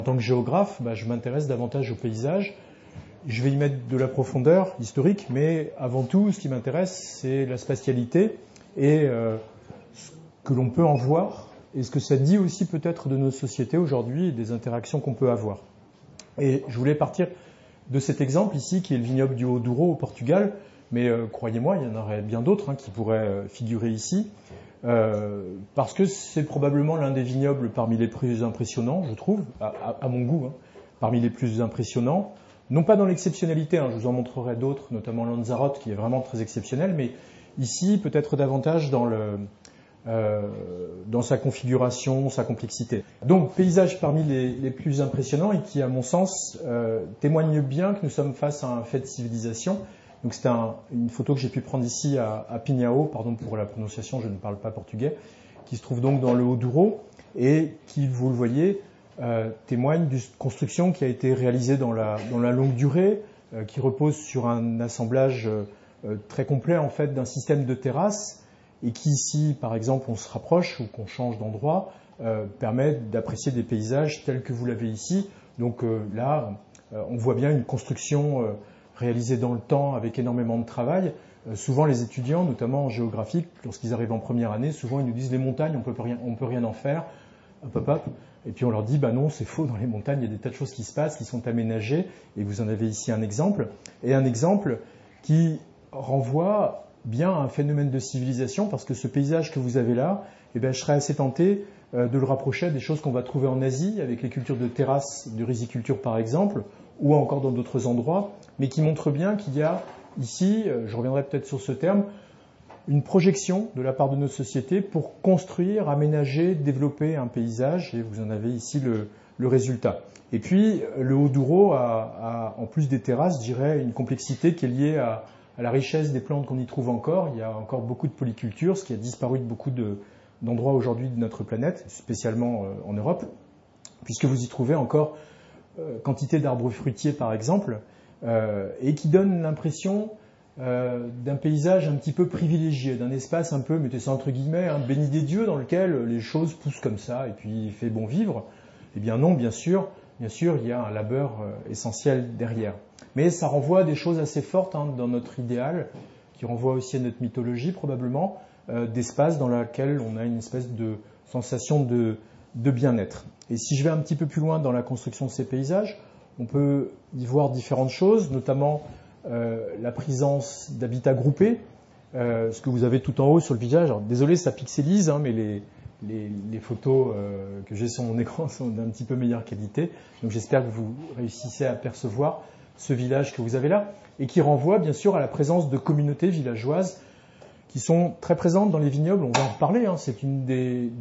En tant que géographe, je m'intéresse davantage au paysage. Je vais y mettre de la profondeur historique, mais avant tout, ce qui m'intéresse, c'est la spatialité et ce que l'on peut en voir et ce que ça dit aussi peut-être de nos sociétés aujourd'hui et des interactions qu'on peut avoir. Et je voulais partir de cet exemple ici, qui est le vignoble du Haut-Douro au Portugal, mais croyez-moi, il y en aurait bien d'autres qui pourraient figurer ici, parce que c'est probablement l'un des vignobles parmi les plus impressionnants, je trouve, à mon goût, parmi les plus impressionnants. Non pas dans l'exceptionnalité, je vous en montrerai d'autres, notamment Lanzarote, qui est vraiment très exceptionnel, mais ici, peut-être davantage dans sa configuration, sa complexité. Donc, paysage parmi les plus impressionnants et qui, à mon sens, témoigne bien que nous sommes face à un fait de civilisation. Donc, c'est une photo que j'ai pu prendre ici à Pinhao, pardon pour la prononciation, je ne parle pas portugais, qui se trouve donc dans le Haut-Douro et qui, vous le voyez, témoigne d'une construction qui a été réalisée dans la longue durée, qui repose sur un assemblage très complet en fait d'un système de terrasses et qui ici, par exemple, on se rapproche ou qu'on change d'endroit, permet d'apprécier des paysages tels que vous l'avez ici. Donc là, on voit bien une construction réalisée dans le temps avec énormément de travail. Souvent, les étudiants, notamment en géographie, lorsqu'ils arrivent en première année, souvent ils nous disent les montagnes, on peut rien en faire. Hop. Et puis on leur dit, non, c'est faux, dans les montagnes, il y a des tas de choses qui se passent, qui sont aménagées, et vous en avez ici un exemple, et un exemple qui renvoie bien à un phénomène de civilisation, parce que ce paysage que vous avez là, je serais assez tenté de le rapprocher des choses qu'on va trouver en Asie, avec les cultures de terrasses, de riziculture par exemple, ou encore dans d'autres endroits, mais qui montrent bien qu'il y a ici, je reviendrai peut-être sur ce terme, une projection de la part de notre société pour construire, aménager, développer un paysage, et vous en avez ici le résultat. Et puis, le Haut-Douro a, en plus des terrasses, je dirais, une complexité qui est liée à la richesse des plantes qu'on y trouve encore. Il y a encore beaucoup de polyculture, ce qui a disparu de beaucoup d'endroits aujourd'hui de notre planète, spécialement en Europe, puisque vous y trouvez encore quantité d'arbres fruitiers, par exemple, et qui donnent l'impression d'un paysage un petit peu privilégié, d'un espace un peu, mettez ça entre guillemets, béni des dieux, dans lequel les choses poussent comme ça et puis il fait bon vivre. Eh bien non, bien sûr, il y a un labeur essentiel derrière. Mais ça renvoie à des choses assez fortes dans notre idéal, qui renvoie aussi à notre mythologie probablement, d'espace dans lequel on a une espèce de sensation de bien-être. Et si je vais un petit peu plus loin dans la construction de ces paysages, on peut y voir différentes choses, notamment la présence d'habitats groupés, ce que vous avez tout en haut sur le visage. Alors, désolé, ça pixelise, mais les photos que j'ai sur mon écran sont d'un petit peu meilleure qualité. Donc j'espère que vous réussissez à percevoir ce village que vous avez là, et qui renvoie bien sûr à la présence de communautés villageoises qui sont très présentes dans les vignobles. On va en reparler, c'est une des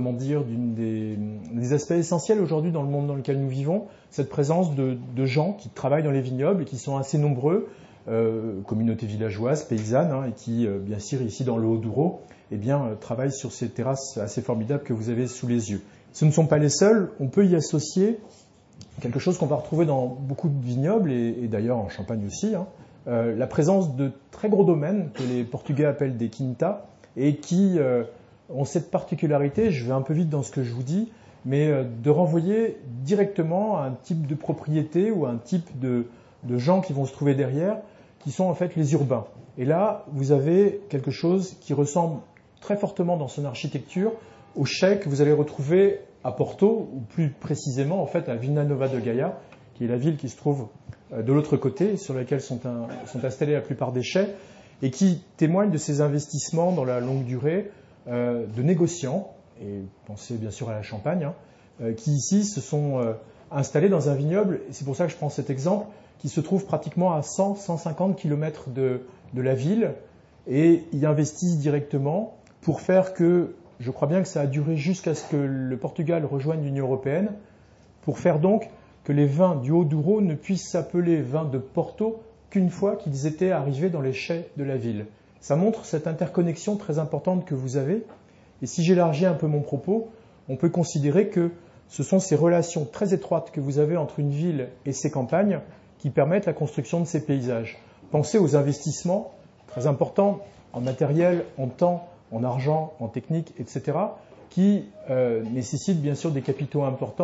aspects essentiels aujourd'hui dans le monde dans lequel nous vivons, cette présence de gens qui travaillent dans les vignobles et qui sont assez nombreux, communautés villageoises, paysannes, et qui, bien sûr, ici dans le Haut-Douro, travaillent sur ces terrasses assez formidables que vous avez sous les yeux. Ce ne sont pas les seuls, on peut y associer quelque chose qu'on va retrouver dans beaucoup de vignobles, et d'ailleurs en Champagne aussi, la présence de très gros domaines que les Portugais appellent des quintas et qui ont cette particularité, je vais un peu vite dans ce que je vous dis, mais de renvoyer directement à un type de propriété ou à un type de gens qui vont se trouver derrière, qui sont en fait les urbains. Et là, vous avez quelque chose qui ressemble très fortement dans son architecture au chai que vous allez retrouver à Porto, ou plus précisément en fait à Vila Nova de Gaia, qui est la ville qui se trouve de l'autre côté, sur laquelle sont installés la plupart des chais, et qui témoignent de ces investissements dans la longue durée de négociants, et pensez bien sûr à la Champagne, qui ici se sont installés dans un vignoble, et c'est pour ça que je prends cet exemple, qui se trouve pratiquement à 100-150 km de la ville, et y investissent directement pour faire que, je crois bien que ça a duré jusqu'à ce que le Portugal rejoigne l'Union européenne, pour faire donc que les vins du Haut-Douro ne puissent s'appeler vins de Porto qu'une fois qu'ils étaient arrivés dans les chais de la ville. Ça montre cette interconnexion très importante que vous avez. Et si j'élargis un peu mon propos, on peut considérer que ce sont ces relations très étroites que vous avez entre une ville et ses campagnes qui permettent la construction de ces paysages. Pensez aux investissements très importants en matériel, en temps, en argent, en technique, etc., qui nécessitent bien sûr des capitaux importants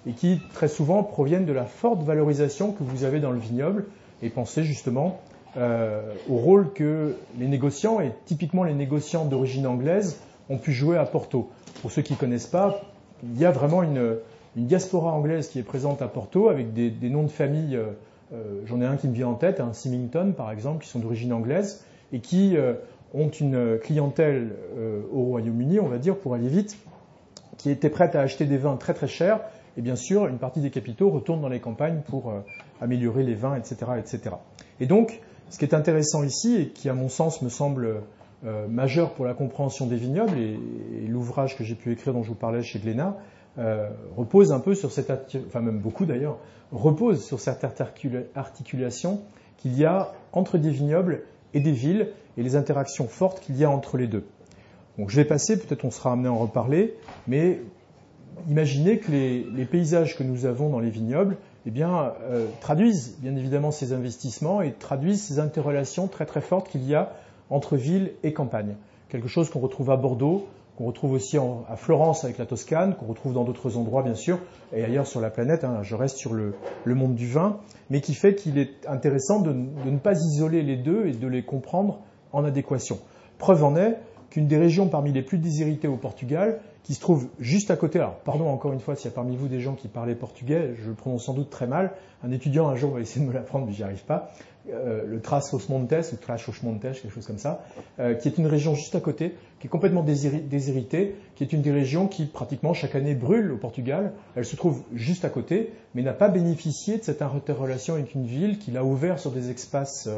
et qui très souvent proviennent de la forte valorisation que vous avez dans le vignoble. Et pensez justement au rôle que les négociants, et typiquement les négociants d'origine anglaise, ont pu jouer à Porto. Pour ceux qui ne connaissent pas, il y a vraiment une diaspora anglaise qui est présente à Porto avec des noms de famille, j'en ai un qui me vient en tête, Symington par exemple, qui sont d'origine anglaise et qui ont une clientèle au Royaume-Uni, on va dire, pour aller vite, qui était prête à acheter des vins très très chers. Et bien sûr, une partie des capitaux retourne dans les campagnes pour améliorer les vins, etc., etc. Et donc, ce qui est intéressant ici, et qui à mon sens me semble majeur pour la compréhension des vignobles, et l'ouvrage que j'ai pu écrire dont je vous parlais chez Glénat, repose un peu sur cette, enfin même beaucoup d'ailleurs, repose sur cette articulation qu'il y a entre des vignobles et des villes, et les interactions fortes qu'il y a entre les deux. Donc je vais passer, peut-être on sera amené à en reparler, mais imaginez que les paysages que nous avons dans les vignobles traduisent bien évidemment ces investissements et traduisent ces interrelations très très fortes qu'il y a entre ville et campagne. Quelque chose qu'on retrouve à Bordeaux, qu'on retrouve aussi à Florence avec la Toscane, qu'on retrouve dans d'autres endroits bien sûr, et ailleurs sur la planète, je reste sur le monde du vin, mais qui fait qu'il est intéressant de ne pas isoler les deux et de les comprendre en adéquation. Preuve en est qu'une des régions parmi les plus déshéritées au Portugal, qui se trouve juste à côté, alors pardon encore une fois s'il y a parmi vous des gens qui parlaient portugais, je le prononce sans doute très mal, un étudiant un jour va essayer de me l'apprendre mais j'y arrive pas, le Trás-os-Montes ou Trás-os-Montes, quelque chose comme ça, qui est une région juste à côté, qui est complètement déshéritée, qui est une des régions qui pratiquement chaque année brûle au Portugal. Elle se trouve juste à côté, mais n'a pas bénéficié de cette interrelation avec une ville qui l'a ouvert sur des espaces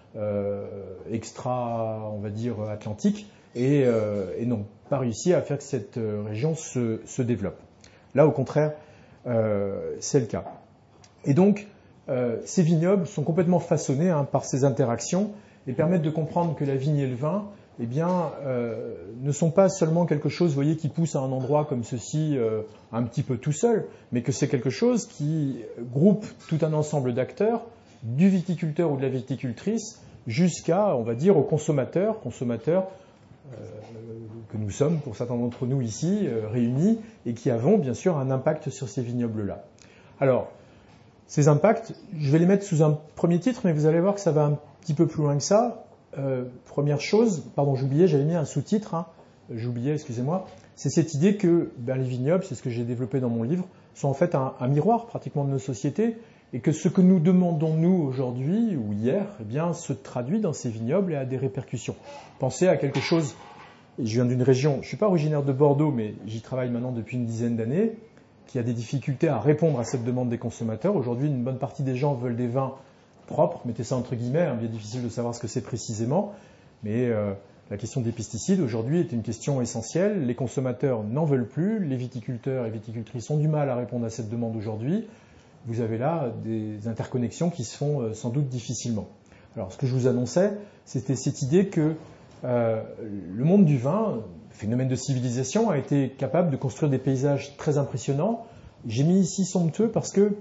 extra, on va dire, atlantiques, et n'ont pas réussi à faire que cette région se développe. Là, au contraire, c'est le cas. Et donc, ces vignobles sont complètement façonnés par ces interactions et permettent de comprendre que la vigne et le vin ne sont pas seulement quelque chose, vous voyez, qui pousse à un endroit comme ceci un petit peu tout seul, mais que c'est quelque chose qui groupe tout un ensemble d'acteurs, du viticulteur ou de la viticultrice, jusqu'à, on va dire, aux consommateurs que nous sommes, pour certains d'entre nous ici, réunis, et qui avons bien sûr un impact sur ces vignobles-là. Alors, ces impacts, je vais les mettre sous un premier titre, mais vous allez voir que ça va un petit peu plus loin que ça. Première chose, pardon, j'oubliais, j'avais mis un sous-titre, j'oubliais, excusez-moi, c'est cette idée que les vignobles, c'est ce que j'ai développé dans mon livre, sont en fait un miroir pratiquement de nos sociétés, et que ce que nous demandons nous aujourd'hui ou hier, se traduit dans ces vignobles et a des répercussions. Pensez à quelque chose, et je viens d'une région, je ne suis pas originaire de Bordeaux, mais j'y travaille maintenant depuis une dizaine d'années, qui a des difficultés à répondre à cette demande des consommateurs. Aujourd'hui, une bonne partie des gens veulent des vins propres, mettez ça entre guillemets, bien difficile de savoir ce que c'est précisément, mais la question des pesticides aujourd'hui est une question essentielle. Les consommateurs n'en veulent plus, les viticulteurs et viticultrices ont du mal à répondre à cette demande aujourd'hui. Vous avez là des interconnexions qui se font sans doute difficilement. Alors, ce que je vous annonçais, c'était cette idée que le monde du vin, phénomène de civilisation, a été capable de construire des paysages très impressionnants. J'ai mis ici somptueux parce que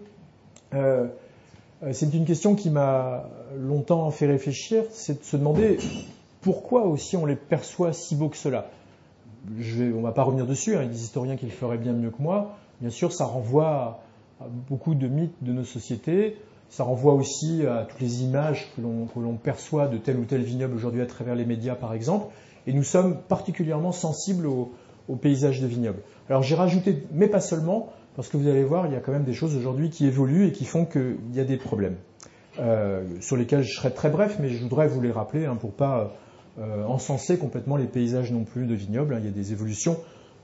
c'est une question qui m'a longtemps fait réfléchir, c'est de se demander pourquoi aussi on les perçoit si beaux que cela. On ne va pas revenir dessus, il y a des historiens qui le feraient bien mieux que moi. Bien sûr, ça renvoie à beaucoup de mythes de nos sociétés. Ça renvoie aussi à toutes les images que l'on perçoit de tel ou tel vignoble aujourd'hui à travers les médias, par exemple. Et nous sommes particulièrement sensibles au paysage de vignoble. Alors j'ai rajouté, mais pas seulement, parce que vous allez voir, il y a quand même des choses aujourd'hui qui évoluent et qui font qu'il y a des problèmes, sur lesquels je serai très bref, mais je voudrais vous les rappeler pour ne pas encenser complètement les paysages non plus de vignoble. Il y a des évolutions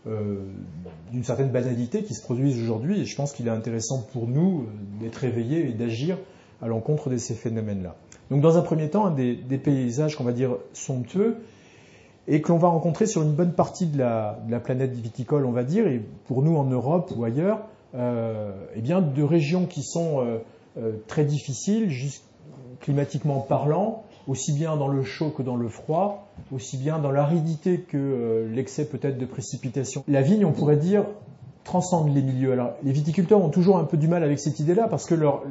d'une certaine banalité qui se produisent aujourd'hui, et je pense qu'il est intéressant pour nous d'être éveillés et d'agir à l'encontre de ces phénomènes-là. Donc dans un premier temps, des paysages qu'on va dire somptueux, et que l'on va rencontrer sur une bonne partie de la planète viticole, on va dire, et pour nous en Europe ou ailleurs, de régions qui sont très difficiles, climatiquement parlant, aussi bien dans le chaud que dans le froid, aussi bien dans l'aridité que l'excès peut-être de précipitation. La vigne, on pourrait dire, transcende les milieux. Alors, les viticulteurs ont toujours un peu du mal avec cette idée-là parce que leur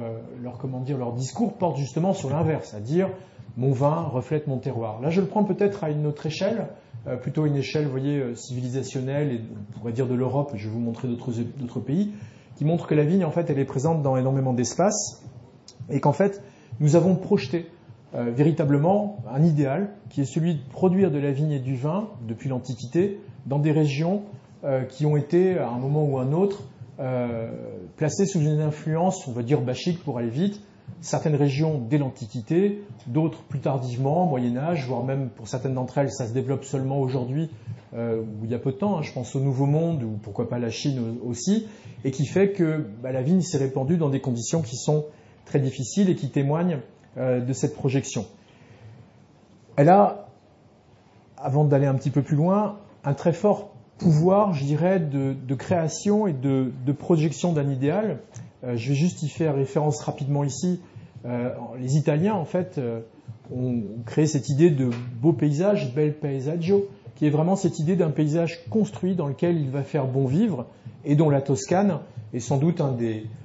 discours porte justement sur l'inverse, à dire mon vin reflète mon terroir. Là, je le prends peut-être à une autre échelle, plutôt une échelle, vous voyez, civilisationnelle, et on pourrait dire de l'Europe, je vais vous montrer d'autres pays, qui montre que la vigne, en fait, elle est présente dans énormément d'espaces et qu'en fait, nous avons projeté véritablement un idéal qui est celui de produire de la vigne et du vin depuis l'Antiquité dans des régions qui ont été, à un moment ou un autre, placées sous une influence, on va dire bachique pour aller vite, certaines régions dès l'Antiquité, d'autres plus tardivement, Moyen-Âge, voire même pour certaines d'entre elles, ça se développe seulement aujourd'hui, où il y a peu de temps, je pense au Nouveau Monde, ou pourquoi pas la Chine aussi, et qui fait que la vigne s'est répandue dans des conditions qui sont très difficiles et qui témoignent de cette projection. Elle a, avant d'aller un petit peu plus loin, un très fort pouvoir, je dirais, de création et de projection d'un idéal. Je vais juste y faire référence rapidement ici. Les Italiens, en fait, ont créé cette idée de beau paysage, bel paesaggio, qui est vraiment cette idée d'un paysage construit dans lequel il va faire bon vivre et dont la Toscane est sans doute un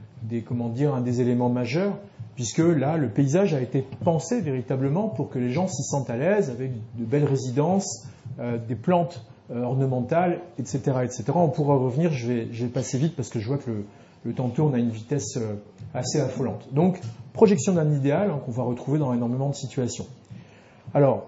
des éléments majeurs, puisque là, le paysage a été pensé véritablement pour que les gens s'y sentent à l'aise, avec de belles résidences, des plantes ornementales, etc., etc. On pourra revenir, je vais passer vite parce que je vois que le temps tourne à une vitesse assez affolante. Donc, projection d'un idéal qu'on va retrouver dans énormément de situations. Alors,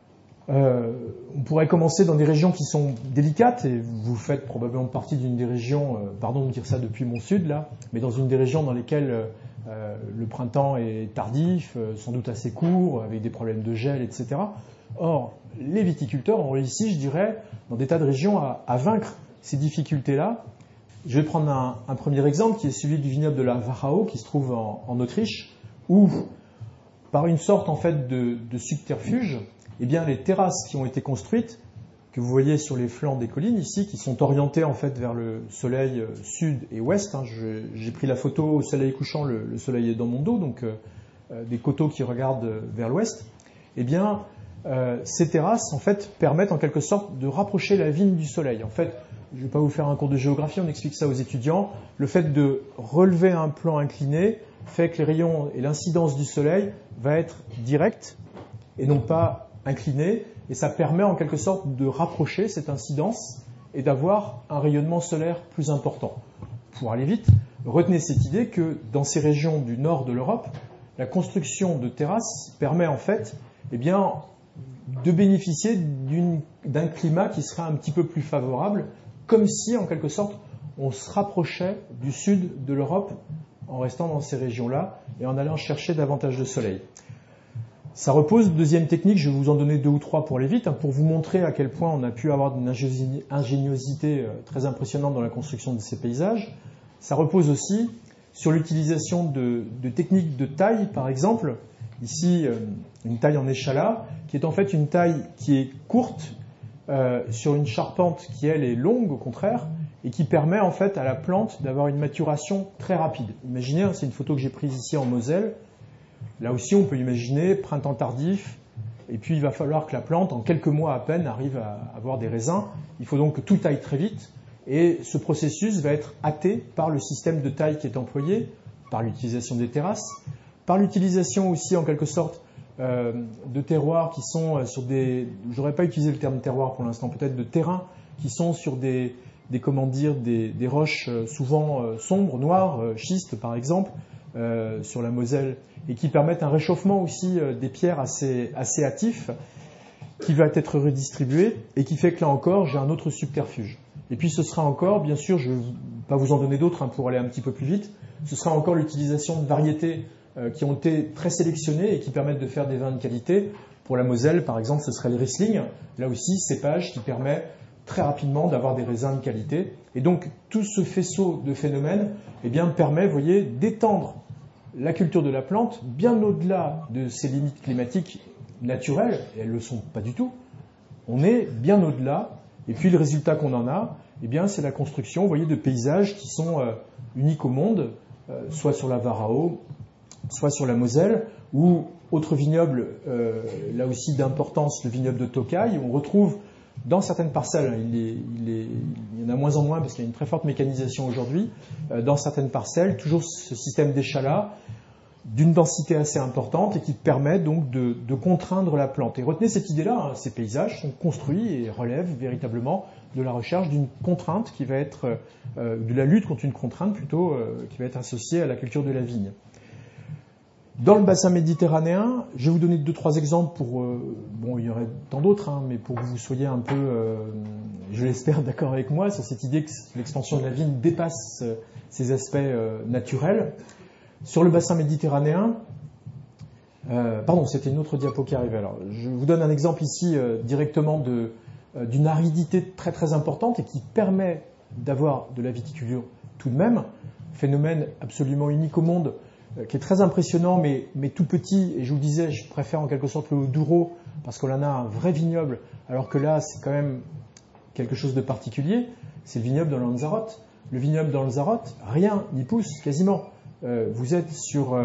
on pourrait commencer dans des régions qui sont délicates, et vous faites probablement partie d'une des régions, pardon de dire ça depuis mon sud là, mais dans une des régions dans lesquelles le printemps est tardif, sans doute assez court, avec des problèmes de gel, etc. Or, les viticulteurs ont réussi, je dirais, dans des tas de régions à vaincre ces difficultés-là. Je vais prendre un premier exemple qui est celui du vignoble de la Wachau, qui se trouve en Autriche, où, par une sorte en fait de subterfuge, eh bien, les terrasses qui ont été construites, que vous voyez sur les flancs des collines ici, qui sont orientées en fait vers le soleil sud et ouest. J'ai pris la photo au soleil couchant, le soleil est dans mon dos, donc des coteaux qui regardent vers l'ouest. Eh bien, ces terrasses en fait permettent en quelque sorte de rapprocher la vigne du soleil. En fait, je ne vais pas vous faire un cours de géographie, on explique ça aux étudiants. Le fait de relever un plan incliné fait que les rayons et l'incidence du soleil va être directe et non pas inclinée, et ça permet en quelque sorte de rapprocher cette incidence et d'avoir un rayonnement solaire plus important. Pour aller vite, retenez cette idée que dans ces régions du nord de l'Europe, la construction de terrasses permet en fait de bénéficier d'un climat qui sera un petit peu plus favorable, comme si en quelque sorte on se rapprochait du sud de l'Europe en restant dans ces régions-là et en allant chercher davantage de soleil. Ça repose, deuxième technique, je vais vous en donner 2 ou 3 pour aller vite, pour vous montrer à quel point on a pu avoir une ingéniosité très impressionnante dans la construction de ces paysages. Ça repose aussi sur l'utilisation de techniques de taille, par exemple. Ici, une taille en échalas, qui est en fait une taille qui est courte sur une charpente qui, elle, est longue, au contraire, et qui permet en fait à la plante d'avoir une maturation très rapide. Imaginez, c'est une photo que j'ai prise ici en Moselle. Là aussi, on peut imaginer printemps tardif, et puis il va falloir que la plante, en quelques mois à peine, arrive à avoir des raisins. Il faut donc que tout taille très vite, et ce processus va être hâté par le système de taille qui est employé, par l'utilisation des terrasses, par l'utilisation aussi, en quelque sorte, de terroirs qui sont sur des... J'aurais pas utilisé le terme terroir pour l'instant, peut-être de terrains qui sont sur des roches souvent sombres, noires, schistes par exemple, sur la Moselle, et qui permettent un réchauffement aussi des pierres assez hâtif, qui va être redistribué, et qui fait que là encore, j'ai un autre subterfuge. Et puis ce sera encore, bien sûr, je ne vais pas vous en donner d'autres pour aller un petit peu plus vite, ce sera encore l'utilisation de variétés qui ont été très sélectionnées et qui permettent de faire des vins de qualité. Pour la Moselle, par exemple, ce serait le Riesling, là aussi, cépage qui permet très rapidement d'avoir des raisins de qualité. Et donc, tout ce faisceau de phénomènes permet, vous voyez, d'étendre la culture de la plante bien au-delà de ses limites climatiques naturelles, et elles ne le sont pas du tout. On est bien au-delà, et puis le résultat qu'on en a, c'est la construction, vous voyez, de paysages qui sont uniques au monde, soit sur la Wachau, soit sur la Moselle, ou autre vignoble, là aussi d'importance, le vignoble de Tokai, où on retrouve dans certaines parcelles, il y en a moins en moins parce qu'il y a une très forte mécanisation aujourd'hui, dans certaines parcelles, toujours ce système d'échalas, d'une densité assez importante et qui permet donc de contraindre la plante. Et retenez cette idée-là, ces paysages sont construits et relèvent véritablement de la recherche d'une contrainte qui va être, de la lutte contre une contrainte plutôt, qui va être associée à la culture de la vigne. Dans le bassin méditerranéen, je vais vous donner 2-3 exemples pour, il y aurait tant d'autres, mais pour que vous soyez un peu, je l'espère, d'accord avec moi sur cette idée que l'extension de la vigne dépasse ces aspects naturels. Sur le bassin méditerranéen, c'était une autre diapo qui arrivait. Alors, je vous donne un exemple ici directement d'une aridité très très importante et qui permet d'avoir de la viticulture tout de même. Phénomène absolument unique au monde, qui est très impressionnant, mais tout petit. Et je vous le disais, je préfère en quelque sorte le Douro, parce qu'on en a un vrai vignoble, alors que là, c'est quand même quelque chose de particulier. C'est le vignoble dans le Lanzarote. Le vignoble dans le Lanzarote, rien n'y pousse, quasiment. Vous êtes sur...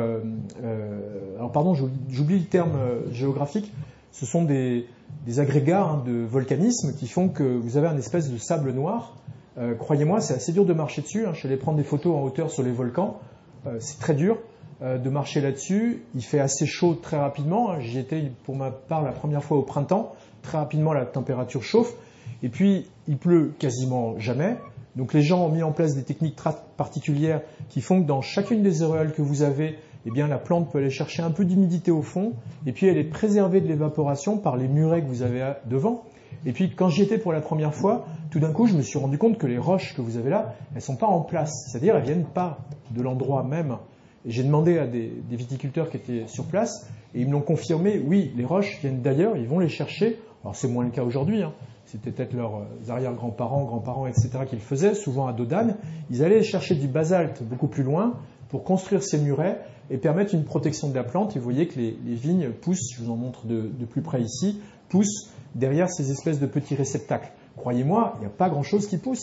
j'oublie le terme géographique. Ce sont des agrégats de volcanisme qui font que vous avez un espèce de sable noir. Croyez-moi, c'est assez dur de marcher dessus. Je suis allé prendre des photos en hauteur sur les volcans. C'est très dur de marcher là-dessus. Il fait assez chaud très rapidement. J'y étais pour ma part la première fois au printemps. Très rapidement, la température chauffe. Et puis, il pleut quasiment jamais. Donc les gens ont mis en place des techniques très particulières qui font que dans chacune des auréoles que vous avez, eh bien, la plante peut aller chercher un peu d'humidité au fond. Et puis, elle est préservée de l'évaporation par les murets que vous avez devant. Et puis, quand j'y étais pour la première fois, tout d'un coup, je me suis rendu compte que les roches que vous avez là, elles ne sont pas en place. C'est-à-dire, elles ne viennent pas de l'endroit même. Et j'ai demandé à des viticulteurs qui étaient sur place, et ils me l'ont confirmé. Oui, les roches viennent d'ailleurs, ils vont les chercher. Alors, c'est moins le cas aujourd'hui. C'était peut-être leurs arrière-grands-parents, grands-parents, etc. qui le faisaient, souvent à dos d'âne. Ils allaient chercher du basalte beaucoup plus loin pour construire ces murets et permettre une protection de la plante. Et vous voyez que les vignes poussent, je vous en montre de plus près ici, poussent derrière ces espèces de petits réceptacles. Croyez-moi, il n'y a pas grand-chose qui pousse.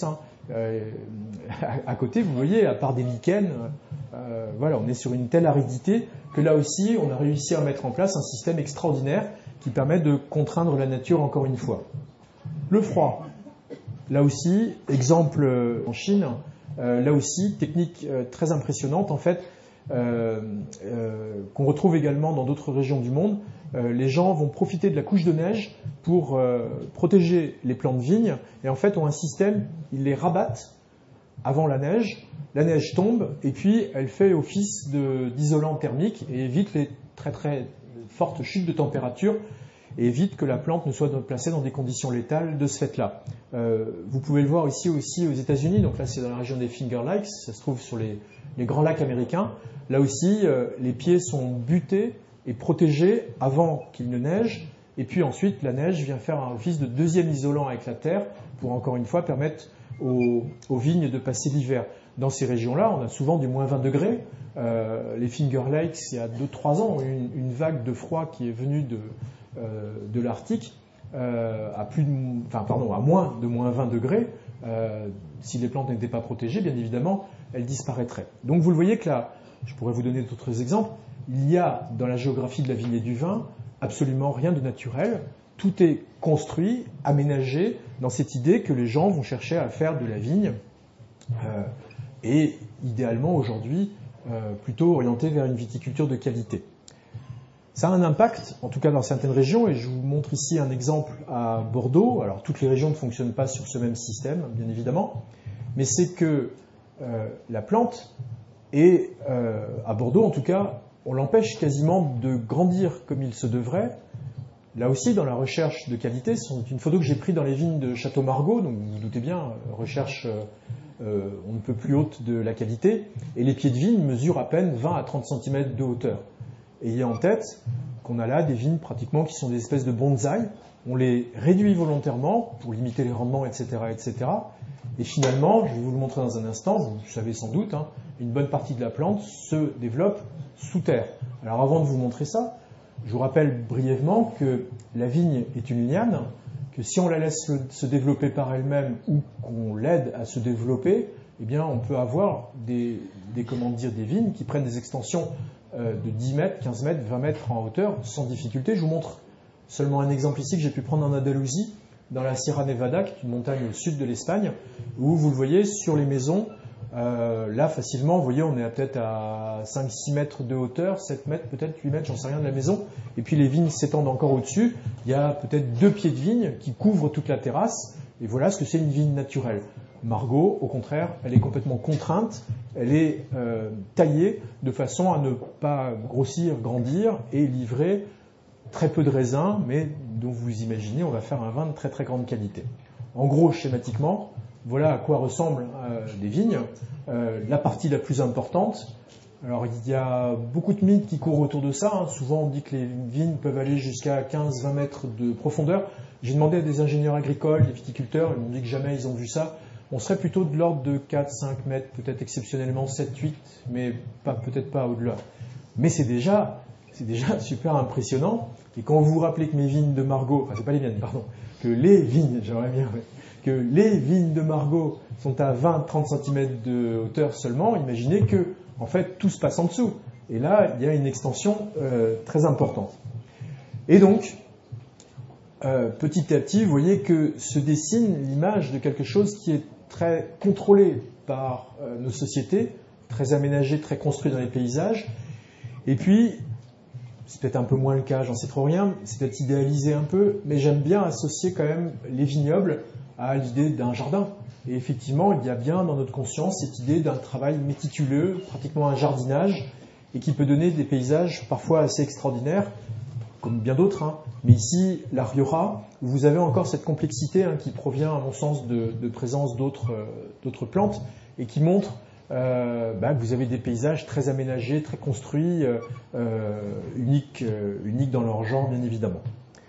À côté, vous voyez, à part des lichens, on est sur une telle aridité que là aussi, on a réussi à mettre en place un système extraordinaire qui permet de contraindre la nature encore une fois. Le froid, là aussi, exemple en Chine, là aussi, technique très impressionnante en fait, qu'on retrouve également dans d'autres régions du monde. Les gens vont profiter de la couche de neige pour protéger les plants de vigne et en fait ont un système, ils les rabattent avant la neige tombe et puis elle fait office d'isolant thermique et évite les très très fortes chutes de température et évite que la plante ne soit placée dans des conditions létales de ce fait-là. Vous pouvez le voir ici aussi aux États-Unis, donc là c'est dans la région des Finger Lakes, ça se trouve sur les grands lacs américains. Là aussi, les pieds sont butés et protégés avant qu'il ne neige, et puis ensuite la neige vient faire un office de deuxième isolant avec la terre pour encore une fois permettre aux vignes de passer l'hiver. Dans ces régions-là, on a souvent du moins 20 degrés. Les Finger Lakes, il y a 2-3 ans, ont eu une vague de froid qui est venue de l'Arctique à moins de moins 20 degrés. Si les plantes n'étaient pas protégées, bien évidemment, elles disparaîtraient. Donc vous le voyez que là, je pourrais vous donner d'autres exemples, il y a dans la géographie de la vigne et du vin absolument rien de naturel. Tout est construit, aménagé dans cette idée que les gens vont chercher à faire de la vigne et idéalement aujourd'hui plutôt orienté vers une viticulture de qualité. Ça a un impact, en tout cas dans certaines régions, et je vous montre ici un exemple à Bordeaux. Alors toutes les régions ne fonctionnent pas sur ce même système, bien évidemment, mais c'est que la plante est, à Bordeaux en tout cas, on l'empêche quasiment de grandir comme il se devrait. Là aussi, dans la recherche de qualité, c'est une photo que j'ai prise dans les vignes de Château-Margaux, donc vous vous doutez bien, recherche on ne peut plus haute de la qualité, et les pieds de vigne mesurent à peine 20 à 30 cm de hauteur. Ayez en tête qu'on a là des vignes pratiquement qui sont des espèces de bonsaïs, on les réduit volontairement pour limiter les rendements, etc., etc. Et finalement, je vais vous le montrer dans un instant, vous savez sans doute, une bonne partie de la plante se développe sous terre. Alors avant de vous montrer ça, je vous rappelle brièvement que la vigne est une liane, que si on la laisse se développer par elle-même ou qu'on l'aide à se développer, eh bien on peut avoir des vignes qui prennent des extensions de 10 mètres, 15 mètres, 20 mètres en hauteur sans difficulté. Je vous montre seulement un exemple ici que j'ai pu prendre en Andalousie, dans la Sierra Nevada, qui est une montagne au sud de l'Espagne, où vous le voyez sur les maisons, Là, facilement, vous voyez, on est peut-être à 5-6 mètres de hauteur, 7 mètres, peut-être 8 mètres, j'en sais rien de la maison. Et puis les vignes s'étendent encore au-dessus. Il y a peut-être 2 pieds de vigne qui couvrent toute la terrasse. Et voilà ce que c'est une vigne naturelle. Margaux, au contraire, elle est complètement contrainte. Elle est taillée de façon à ne pas grossir, grandir et livrer très peu de raisins, mais dont vous imaginez, on va faire un vin de très très grande qualité. En gros, schématiquement, voilà à quoi ressemblent des vignes. La partie la plus importante, alors il y a beaucoup de mythes qui courent autour de ça. Hein. Souvent on dit que les vignes peuvent aller jusqu'à 15-20 mètres de profondeur. J'ai demandé à des ingénieurs agricoles, des viticulteurs, ils m'ont dit que jamais ils ont vu ça. On serait plutôt de l'ordre de 4-5 mètres, peut-être exceptionnellement 7-8, mais peut-être pas au-delà. Mais c'est déjà super impressionnant. Et quand vous vous rappelez que mes vignes de Margaux, enfin c'est pas les miennes, pardon, que les vignes, j'aimerais bien, que les vignes de Margaux sont à 20-30 cm de hauteur seulement, imaginez que, en fait, tout se passe en dessous. Et là, il y a une extension très importante. Et donc, petit à petit, vous voyez que se dessine l'image de quelque chose qui est très contrôlé par nos sociétés, très aménagé, très construit dans les paysages. Et puis, c'est peut-être un peu moins le cas, j'en sais trop rien, c'est peut-être idéalisé un peu, mais j'aime bien associer quand même les vignobles à l'idée d'un jardin. Et effectivement, il y a bien dans notre conscience cette idée d'un travail méticuleux, pratiquement un jardinage, et qui peut donner des paysages parfois assez extraordinaires, comme bien d'autres. Hein. Mais ici, la Rioja, où vous avez encore cette complexité qui provient, à mon sens, de présence d'autres plantes, et qui montre que vous avez des paysages très aménagés, très construits, uniques dans leur genre, bien évidemment.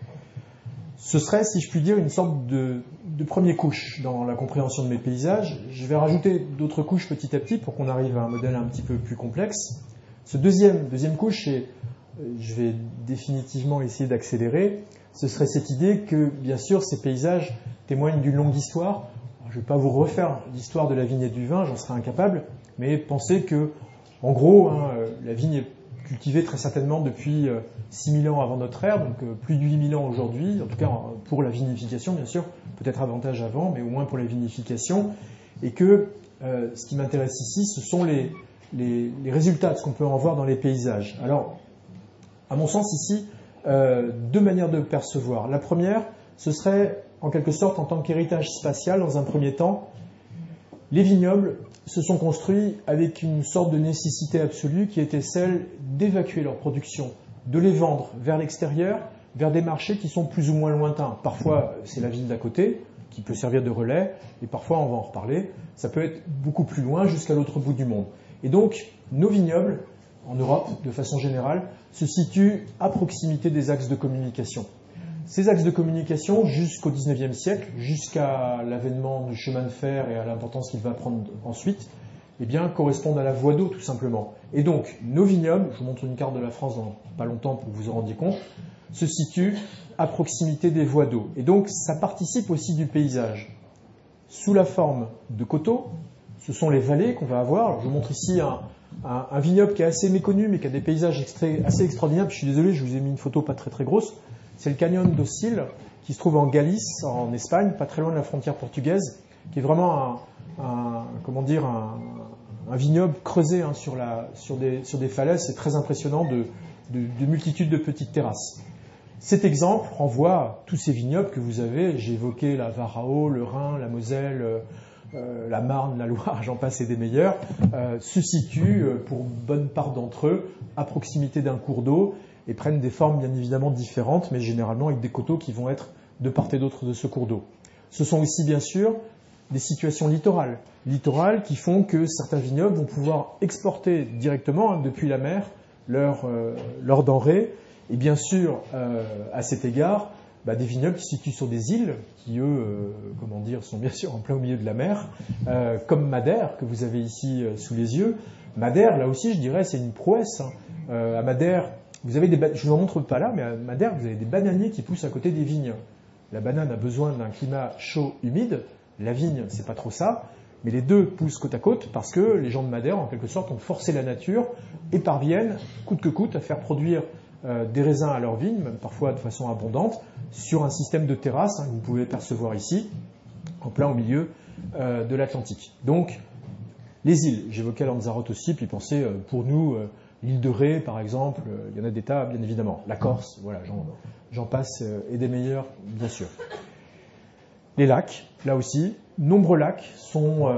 Ce serait, si je puis dire, une sorte de première couche dans la compréhension de mes paysages. Je vais rajouter d'autres couches petit à petit pour qu'on arrive à un modèle un petit peu plus complexe. Ce deuxième couche, et je vais définitivement essayer d'accélérer, ce serait cette idée que, bien sûr, ces paysages témoignent d'une longue histoire. Alors, je ne vais pas vous refaire l'histoire de la vigne et du vin, j'en serais incapable, mais pensez que, en gros, la vigne est cultivée très certainement depuis 6000 ans avant notre ère, donc plus de 8000 ans aujourd'hui, en tout cas pour la vinification, bien sûr, peut-être avantage avant, mais au moins pour la vinification, et que ce qui m'intéresse ici, ce sont les résultats de ce qu'on peut en voir dans les paysages. Alors, à mon sens ici, 2 manières de percevoir. La première, ce serait en quelque sorte en tant qu'héritage spatial, dans un premier temps, les vignobles se sont construits avec une sorte de nécessité absolue qui était celle d'évacuer leur production, de les vendre vers l'extérieur, vers des marchés qui sont plus ou moins lointains. Parfois, c'est la ville d'à côté, qui peut servir de relais, et parfois, on va en reparler, ça peut être beaucoup plus loin, jusqu'à l'autre bout du monde. Et donc, nos vignobles, en Europe, de façon générale, se situent à proximité des axes de communication. Ces axes de communication, jusqu'au XIXe siècle, jusqu'à l'avènement du chemin de fer et à l'importance qu'il va prendre ensuite, correspondent à la voie d'eau, tout simplement. Et donc, nos vignobles, je vous montre une carte de la France dans pas longtemps pour que vous en rendiez compte, se situent à proximité des voies d'eau. Et donc, ça participe aussi du paysage. Sous la forme de coteaux, ce sont les vallées qu'on va avoir. Alors, je vous montre ici un vignoble qui est assez méconnu, mais qui a des paysages assez extraordinaires. Je suis désolé, je vous ai mis une photo pas très très grosse. C'est le canyon d'Ocil, qui se trouve en Galice, en Espagne, pas très loin de la frontière portugaise, qui est vraiment un vignoble creusé sur des falaises. C'est très impressionnant de multitudes de petites terrasses. Cet exemple renvoie à tous ces vignobles que vous avez. J'ai évoqué la Varao, le Rhin, la Moselle, la Marne, la Loire, j'en passe et des meilleurs, se situent pour bonne part d'entre eux à proximité d'un cours d'eau et prennent des formes bien évidemment différentes, mais généralement avec des coteaux qui vont être de part et d'autre de ce cours d'eau. Ce sont aussi bien sûr des situations littorales qui font que certains vignobles vont pouvoir exporter directement depuis la mer leurs denrées, et bien sûr à cet égard des vignobles qui se situent sur des îles qui eux sont bien sûr en plein au milieu de la mer, comme Madère que vous avez ici sous les yeux. Madère, là aussi je dirais c'est une prouesse. À Madère, je ne vous en montre pas là, mais à Madère, vous avez des bananiers qui poussent à côté des vignes. La banane a besoin d'un climat chaud, humide. La vigne, c'est pas trop ça. Mais les deux poussent côte à côte parce que les gens de Madère, en quelque sorte, ont forcé la nature et parviennent, coûte que coûte, à faire produire des raisins à leur vigne, même parfois de façon abondante, sur un système de terrasse que vous pouvez percevoir ici, en plein au milieu de l'Atlantique. Donc, Les îles, j'évoquais Lanzarote aussi, puis pensez pour nous, l'île de Ré par exemple, il y en a des tas bien évidemment. La Corse, voilà, j'en passe et des meilleurs bien sûr. Les lacs, là aussi, nombreux lacs sont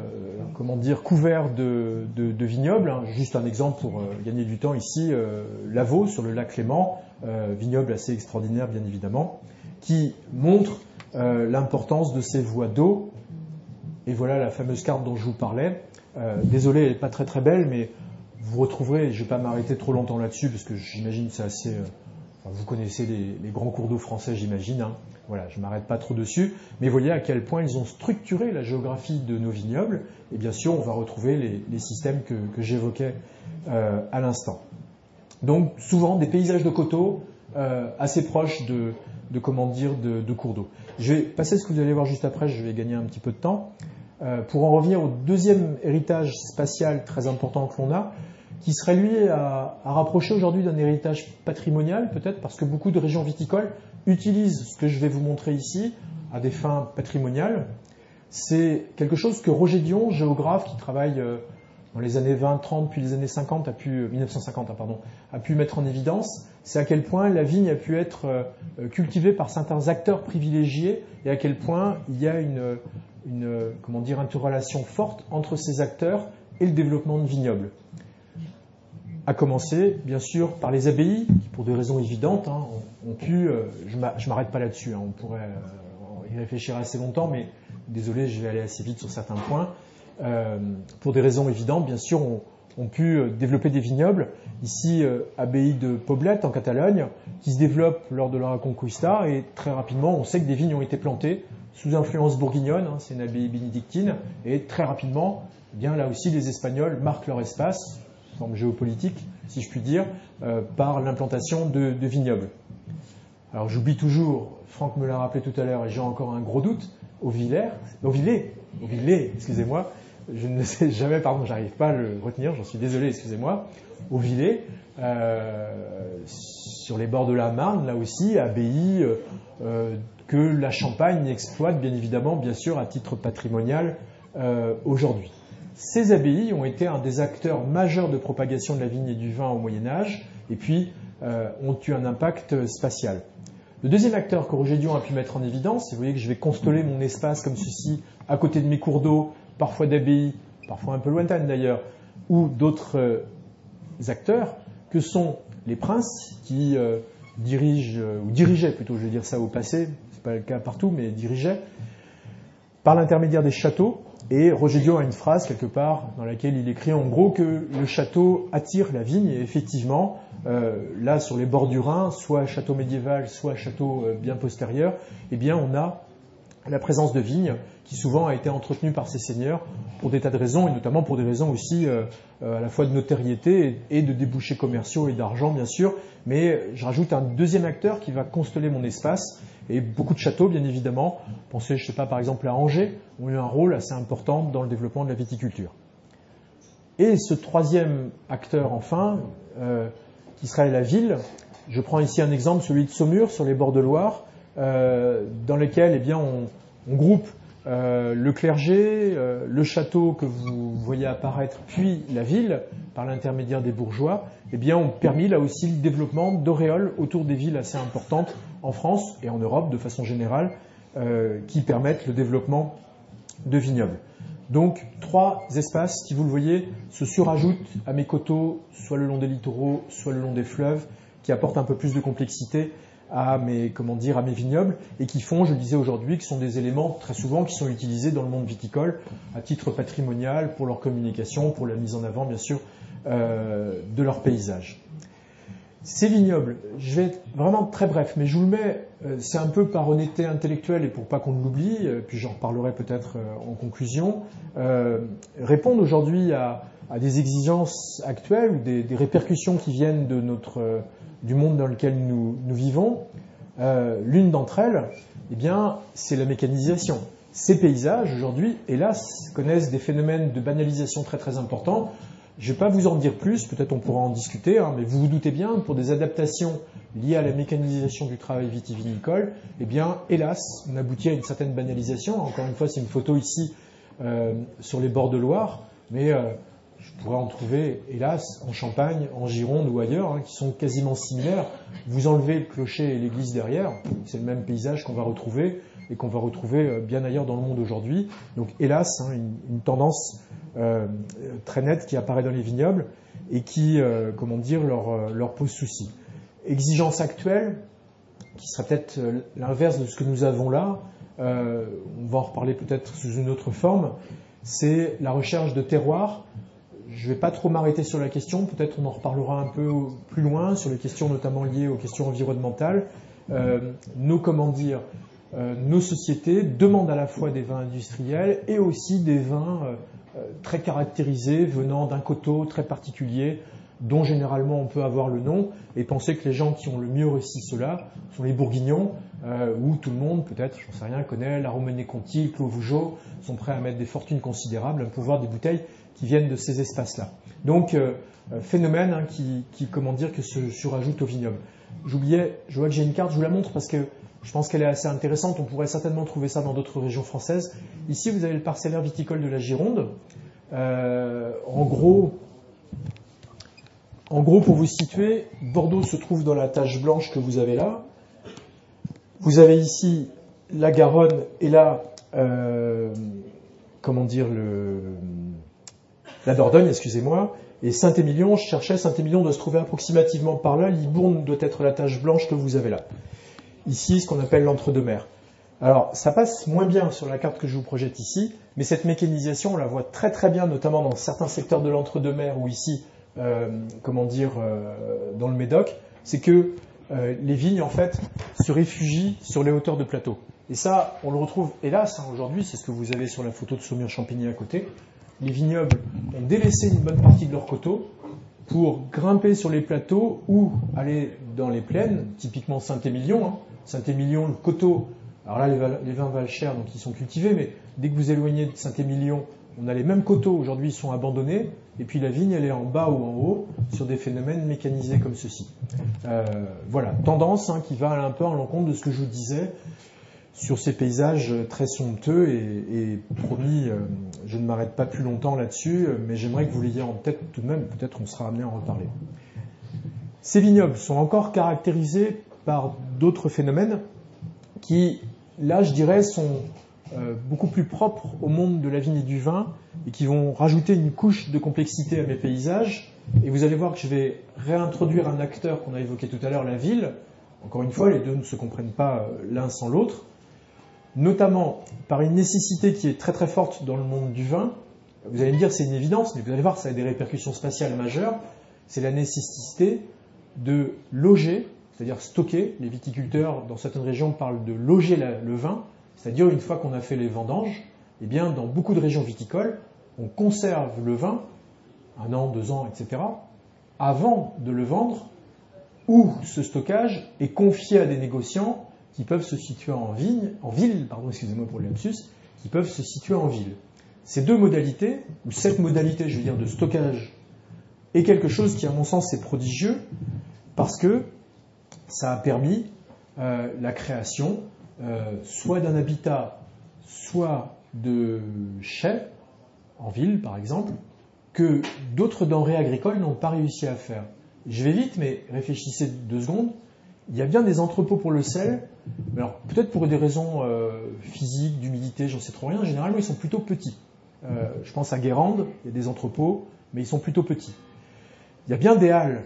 couverts de vignobles. Juste un exemple pour gagner du temps ici, Lavaux sur le lac Léman, vignoble assez extraordinaire bien évidemment, qui montre l'importance de ces voies d'eau. Et voilà la fameuse carte dont je vous parlais. Désolé, elle n'est pas très très belle, mais vous retrouverez, je ne vais pas m'arrêter trop longtemps là-dessus, parce que j'imagine que c'est assez... vous connaissez les grands cours d'eau français, j'imagine. Hein. Voilà, je ne m'arrête pas trop dessus. Mais voyez à quel point ils ont structuré la géographie de nos vignobles. Et bien sûr, on va retrouver les systèmes que j'évoquais à l'instant. Donc, souvent, des paysages de coteaux assez proches de cours d'eau. Je vais passer ce que vous allez voir juste après, je vais gagner un petit peu de temps. Pour en revenir au deuxième héritage spatial très important que l'on a, qui serait lui à rapprocher aujourd'hui d'un héritage patrimonial, peut-être, parce que beaucoup de régions viticoles utilisent ce que je vais vous montrer ici à des fins patrimoniales. C'est quelque chose que Roger Dion, géographe qui travaille dans les années 20-30 puis les années 50, 1950, a pu mettre en évidence. C'est à quel point la vigne a pu être cultivée par certains acteurs privilégiés et à quel point il y a une interrelation forte entre ces acteurs et le développement de vignobles. À commencer, bien sûr, par les abbayes, qui, pour des raisons évidentes, ont pu... je ne m'arrête pas là-dessus, on pourrait y réfléchir assez longtemps, mais désolé, je vais aller assez vite sur certains points. Pour des raisons évidentes, bien sûr, ont pu développer des vignobles. Ici, abbaye de Poblet, en Catalogne, qui se développe lors de la Reconquista, et très rapidement, on sait que des vignes ont été plantées sous influence bourguignonne, c'est une abbaye bénédictine, et très rapidement, eh bien, là aussi, les Espagnols marquent leur espace, forme géopolitique, si je puis dire, par l'implantation de vignobles. Alors j'oublie toujours, Franck me l'a rappelé tout à l'heure, et j'ai encore un gros doute, au Villers, excusez-moi, je ne sais jamais, j'arrive pas à le retenir, j'en suis désolé, excusez-moi, au Villers, sur les bords de la Marne, là aussi, abbaye que la Champagne exploite bien évidemment, bien sûr, à titre patrimonial aujourd'hui. Ces abbayes ont été un des acteurs majeurs de propagation de la vigne et du vin au Moyen-Âge, et puis ont eu un impact spatial. Le deuxième acteur que Roger Dion a pu mettre en évidence, et vous voyez que je vais consteller mon espace comme ceci, à côté de mes cours d'eau, parfois d'abbayes, parfois un peu lointaines d'ailleurs, ou d'autres acteurs, que sont les princes qui dirigeaient plutôt, je vais dire ça au passé, c'est pas le cas partout, mais dirigeaient, par l'intermédiaire des châteaux. Et Roger Dion a une phrase quelque part dans laquelle il écrit en gros que le château attire la vigne, et effectivement, là sur les bords du Rhin, soit château médiéval, soit château bien postérieur, eh bien on a la présence de vignes qui souvent a été entretenue par ces seigneurs pour des tas de raisons, et notamment pour des raisons aussi à la fois de notoriété et de débouchés commerciaux et d'argent bien sûr, mais je rajoute un deuxième acteur qui va consteller mon espace, et beaucoup de châteaux bien évidemment, pensez je sais pas par exemple à Angers, ont eu un rôle assez important dans le développement de la viticulture. Et ce troisième acteur enfin, qui serait la ville, je prends ici un exemple, celui de Saumur sur les bords de Loire, dans lequel eh bien, on groupe le clergé, le château que vous voyez apparaître, puis la ville, par l'intermédiaire des bourgeois, eh bien, ont permis là aussi le développement d'auréoles autour des villes assez importantes en France et en Europe de façon générale, qui permettent le développement de vignobles. Donc, trois espaces qui, vous le voyez, se surajoutent à mes coteaux, soit le long des littoraux, soit le long des fleuves, qui apportent un peu plus de complexité à mes vignobles, et qui font, je le disais aujourd'hui, qui sont des éléments très souvent qui sont utilisés dans le monde viticole à titre patrimonial, pour leur communication, pour la mise en avant, bien sûr, de leur paysage. Ces vignobles, je vais être vraiment très bref, mais je vous le mets, c'est un peu par honnêteté intellectuelle et pour pas qu'on l'oublie, puis j'en reparlerai peut-être en conclusion, répondent aujourd'hui à des exigences actuelles ou des répercussions qui viennent de du monde dans lequel nous vivons. L'une d'entre elles, eh bien, c'est la mécanisation. Ces paysages, aujourd'hui, hélas, connaissent des phénomènes de banalisation très très importants. Je ne vais pas vous en dire plus, peut-être on pourra en discuter, mais vous vous doutez bien, pour des adaptations liées à la mécanisation du travail vitivinicole, eh bien, hélas, on aboutit à une certaine banalisation. Encore une fois, c'est une photo ici sur les bords de Loire, mais je pourrais en trouver, hélas, en Champagne, en Gironde ou ailleurs, qui sont quasiment similaires. Vous enlevez le clocher et l'église derrière, c'est le même paysage qu'on va retrouver et qu'on va retrouver bien ailleurs dans le monde aujourd'hui. Donc hélas, une tendance très nette qui apparaît dans les vignobles et qui, leur pose souci. Exigence actuelle, qui serait peut-être l'inverse de ce que nous avons là, on va en reparler peut-être sous une autre forme, c'est la recherche de terroirs. Je ne vais pas trop m'arrêter sur la question, peut-être on en reparlera un peu plus loin, sur les questions notamment liées aux questions environnementales. Nos sociétés demandent à la fois des vins industriels et aussi des vins très caractérisés, venant d'un coteau très particulier, dont généralement on peut avoir le nom, et penser que les gens qui ont le mieux réussi cela sont les Bourguignons, où tout le monde, peut-être, j'en sais rien, connaît la Romanée-Conti, le Clos Vougeot, sont prêts à mettre des fortunes considérables pour voir des bouteilles qui viennent de ces espaces-là. Donc, phénomène qui se surajoute au vignoble. Je vois que j'ai une carte, je vous la montre parce que je pense qu'elle est assez intéressante, on pourrait certainement trouver ça dans d'autres régions françaises. Ici, vous avez le parcellaire viticole de la Gironde. En gros, pour vous situer, Bordeaux se trouve dans la tache blanche que vous avez là. Vous avez ici la Garonne et là, la Dordogne, excusez-moi. Et Saint-Émilion, Saint-Émilion doit se trouver approximativement par là. Libourne doit être la tache blanche que vous avez là. Ici, ce qu'on appelle l'entre-deux-mers. Alors, ça passe moins bien sur la carte que je vous projette ici, mais cette mécanisation, on la voit très très bien, notamment dans certains secteurs de l'entre-deux-mers ou ici, dans le Médoc, c'est que les vignes, en fait, se réfugient sur les hauteurs de plateau. Et ça, on le retrouve, hélas, aujourd'hui, c'est ce que vous avez sur la photo de Saumur-Champigny à côté. Les vignobles ont délaissé une bonne partie de leur coteau pour grimper sur les plateaux ou aller dans les plaines, typiquement Saint-Émilion. Saint-Émilion, le coteau, alors là, les vins valent cher, donc ils sont cultivés, mais dès que vous éloignez de Saint-Émilion, on a les mêmes coteaux, aujourd'hui ils sont abandonnés, et puis la vigne, elle est en bas ou en haut, sur des phénomènes mécanisés comme ceci. Voilà, tendance qui va un peu à l'encontre de ce que je vous disais sur ces paysages très somptueux, et promis, je ne m'arrête pas plus longtemps là-dessus, mais j'aimerais que vous l'ayez en tête tout de même, peut-être on sera amené à en reparler. Ces vignobles sont encore caractérisés par d'autres phénomènes qui, là, je dirais, sont beaucoup plus propres au monde de la vigne et du vin et qui vont rajouter une couche de complexité à mes paysages. Et vous allez voir que je vais réintroduire un acteur qu'on a évoqué tout à l'heure, la ville. Encore une fois, les deux ne se comprennent pas l'un sans l'autre, notamment par une nécessité qui est très très forte dans le monde du vin. Vous allez me dire c'est une évidence, mais vous allez voir que ça a des répercussions spatiales majeures. C'est la nécessité de loger, c'est-à-dire stocker. Les viticulteurs dans certaines régions parlent de loger le vin, c'est-à-dire une fois qu'on a fait les vendanges, eh bien dans beaucoup de régions viticoles, on conserve le vin 1 an, 2 ans, etc. avant de le vendre, ou ce stockage est confié à des négociants qui peuvent se situer en ville, excusez-moi pour le lapsus, qui peuvent se situer en ville. Ces deux modalités, ou cette modalité, je veux dire, de stockage, est quelque chose qui, à mon sens, est prodigieux, parce que ça a permis la création soit d'un habitat, soit de chais, en ville par exemple, que d'autres denrées agricoles n'ont pas réussi à faire. Je vais vite, mais réfléchissez 2 secondes. Il y a bien des entrepôts pour le sel, mais alors peut-être pour des raisons physiques, d'humidité, j'en sais trop rien, généralement ils sont plutôt petits. Je pense à Guérande, il y a des entrepôts, mais ils sont plutôt petits. Il y a bien des halles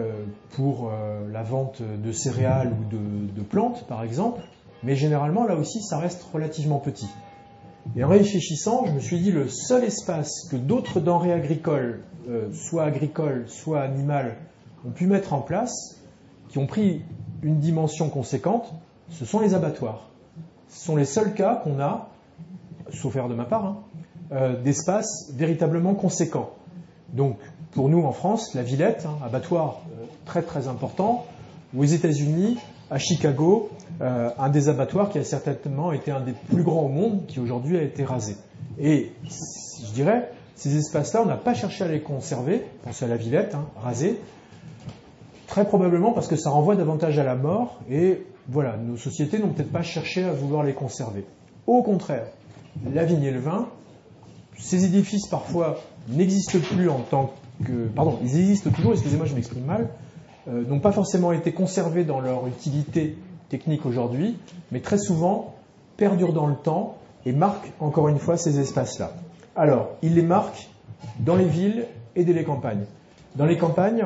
pour la vente de céréales ou de plantes, par exemple, mais généralement, là aussi, ça reste relativement petit. Et en réfléchissant, je me suis dit, le seul espace que d'autres denrées agricoles, soit animales, ont pu mettre en place, qui ont pris une dimension conséquente, ce sont les abattoirs. Ce sont les seuls cas qu'on a, sauf erreur de ma part, d'espaces véritablement conséquents. Donc, pour nous en France, la Villette, abattoir très très important, ou aux États-Unis, à Chicago, un des abattoirs qui a certainement été un des plus grands au monde, qui aujourd'hui a été rasé. Et je dirais, ces espaces-là, on n'a pas cherché à les conserver, pensez à la Villette, rasée, très probablement parce que ça renvoie davantage à la mort, et voilà, nos sociétés n'ont peut-être pas cherché à vouloir les conserver. Au contraire, la vigne et le vin, ces édifices parfois n'existent plus en tant que... Pardon, ils existent toujours, excusez-moi, je m'exprime mal, n'ont pas forcément été conservés dans leur utilité technique aujourd'hui, mais très souvent perdurent dans le temps et marquent encore une fois ces espaces-là. Alors, ils les marquent dans les villes et dans les campagnes. Dans les campagnes,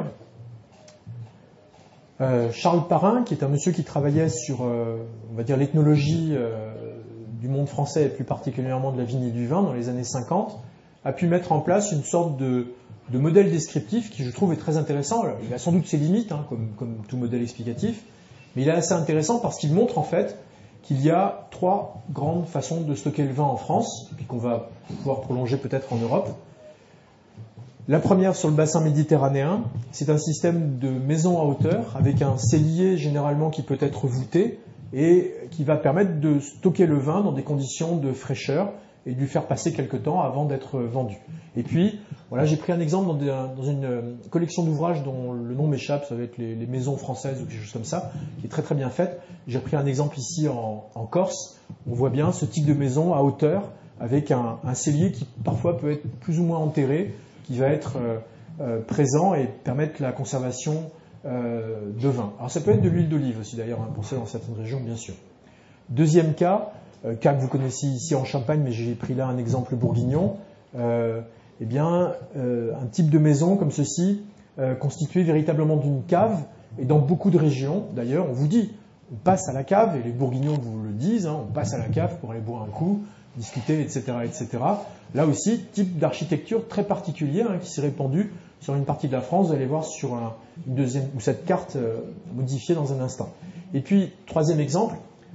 Charles Parrain, qui est un monsieur qui travaillait sur, on va dire, l'ethnologie du monde français et plus particulièrement de la vigne et du vin dans les années 50, a pu mettre en place une sorte de modèle descriptif qui, je trouve, est très intéressant. Alors, il a sans doute ses limites, hein, comme tout modèle explicatif, mais il est assez intéressant parce qu'il montre en fait qu'il y a 3 grandes façons de stocker le vin en France, puis qu'on va pouvoir prolonger peut-être en Europe. La première sur le bassin méditerranéen, c'est un système de maison à hauteur avec un cellier généralement qui peut être voûté et qui va permettre de stocker le vin dans des conditions de fraîcheur et de lui faire passer quelque temps avant d'être vendu. Et puis, voilà, j'ai pris un exemple dans une collection d'ouvrages dont le nom m'échappe, ça va être les maisons françaises ou quelque chose comme ça, qui est très très bien faite. J'ai pris un exemple ici en Corse. On voit bien ce type de maison à hauteur avec un cellier qui parfois peut être plus ou moins enterré, qui va être présent et permettre la conservation de vin. Alors ça peut être de l'huile d'olive aussi d'ailleurs, hein, pour ça dans certaines régions bien sûr. Deuxième cas que vous connaissez ici en Champagne, mais j'ai pris là un exemple bourguignon, un type de maison comme ceci, constitué véritablement d'une cave, et dans beaucoup de régions d'ailleurs, on vous dit, on passe à la cave, et les bourguignons vous le disent, hein, on passe à la cave pour aller boire un coup, discuter, etc., etc. Là aussi, type d'architecture très particulier hein, qui s'est répandu sur une partie de la France. Vous allez voir sur une deuxième ou cette carte modifiée dans un instant. Et puis, troisième exemple,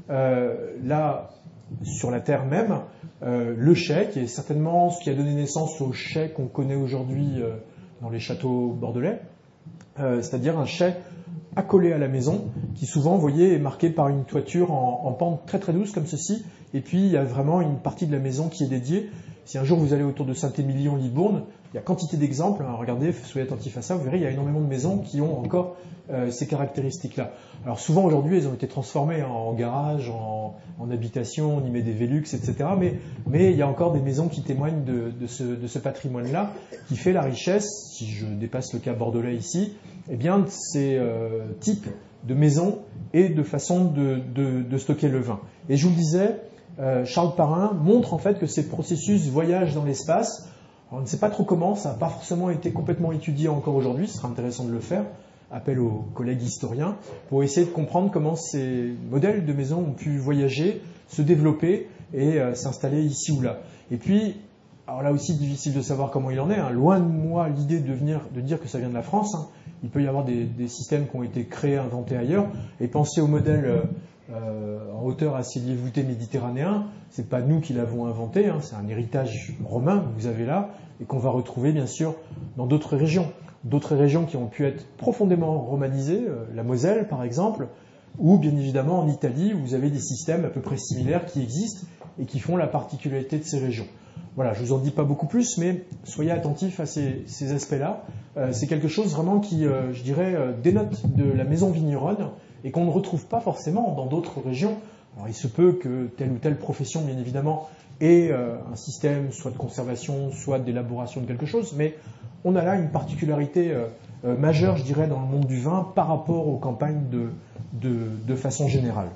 là, sur la terre même, le chai, qui est certainement ce qui a donné naissance au chai qu'on connaît aujourd'hui dans les châteaux bordelais, c'est-à-dire un chai accolé à la maison, qui souvent, vous voyez, est marqué par une toiture en pente très très douce comme ceci, et puis il y a vraiment une partie de la maison qui est dédiée. Si un jour vous allez autour de Saint-Émilion-Libourne, il y a quantité d'exemples, hein, regardez, soyez attentifs à ça, vous verrez, il y a énormément de maisons qui ont encore ces caractéristiques-là. Alors souvent aujourd'hui, elles ont été transformées en garage, en habitation, on y met des Velux, etc. Mais il y a encore des maisons qui témoignent de ce patrimoine-là, qui fait la richesse, si je dépasse le cas bordelais ici, eh bien, de ces types de maisons et de façon de stocker le vin. Et je vous le disais, Charles Parrain montre en fait que ces processus voyagent dans l'espace. On ne sait pas trop comment, ça n'a pas forcément été complètement étudié encore aujourd'hui, ce sera intéressant de le faire. Appel aux collègues historiens pour essayer de comprendre comment ces modèles de maisons ont pu voyager, se développer et s'installer ici ou là. Et puis, alors là aussi difficile de savoir comment il en est, hein. Loin de moi l'idée de dire que ça vient de la France, hein. Il peut y avoir des systèmes qui ont été créés, inventés ailleurs, et penser au modèle en hauteur à cellier voûté méditerranéen, c'est pas nous qui l'avons inventé, hein, c'est un héritage romain que vous avez là, et qu'on va retrouver bien sûr dans d'autres régions. D'autres régions qui ont pu être profondément romanisées, la Moselle par exemple, ou bien évidemment en Italie où vous avez des systèmes à peu près similaires qui existent et qui font la particularité de ces régions. Voilà, je ne vous en dis pas beaucoup plus, mais soyez attentifs à ces aspects-là. C'est quelque chose vraiment qui, je dirais, dénote de la maison vigneronne et qu'on ne retrouve pas forcément dans d'autres régions. Alors il se peut que telle ou telle profession, bien évidemment, ait un système soit de conservation, soit d'élaboration de quelque chose, mais on a là une particularité majeure, je dirais, dans le monde du vin par rapport aux campagnes de façon générale.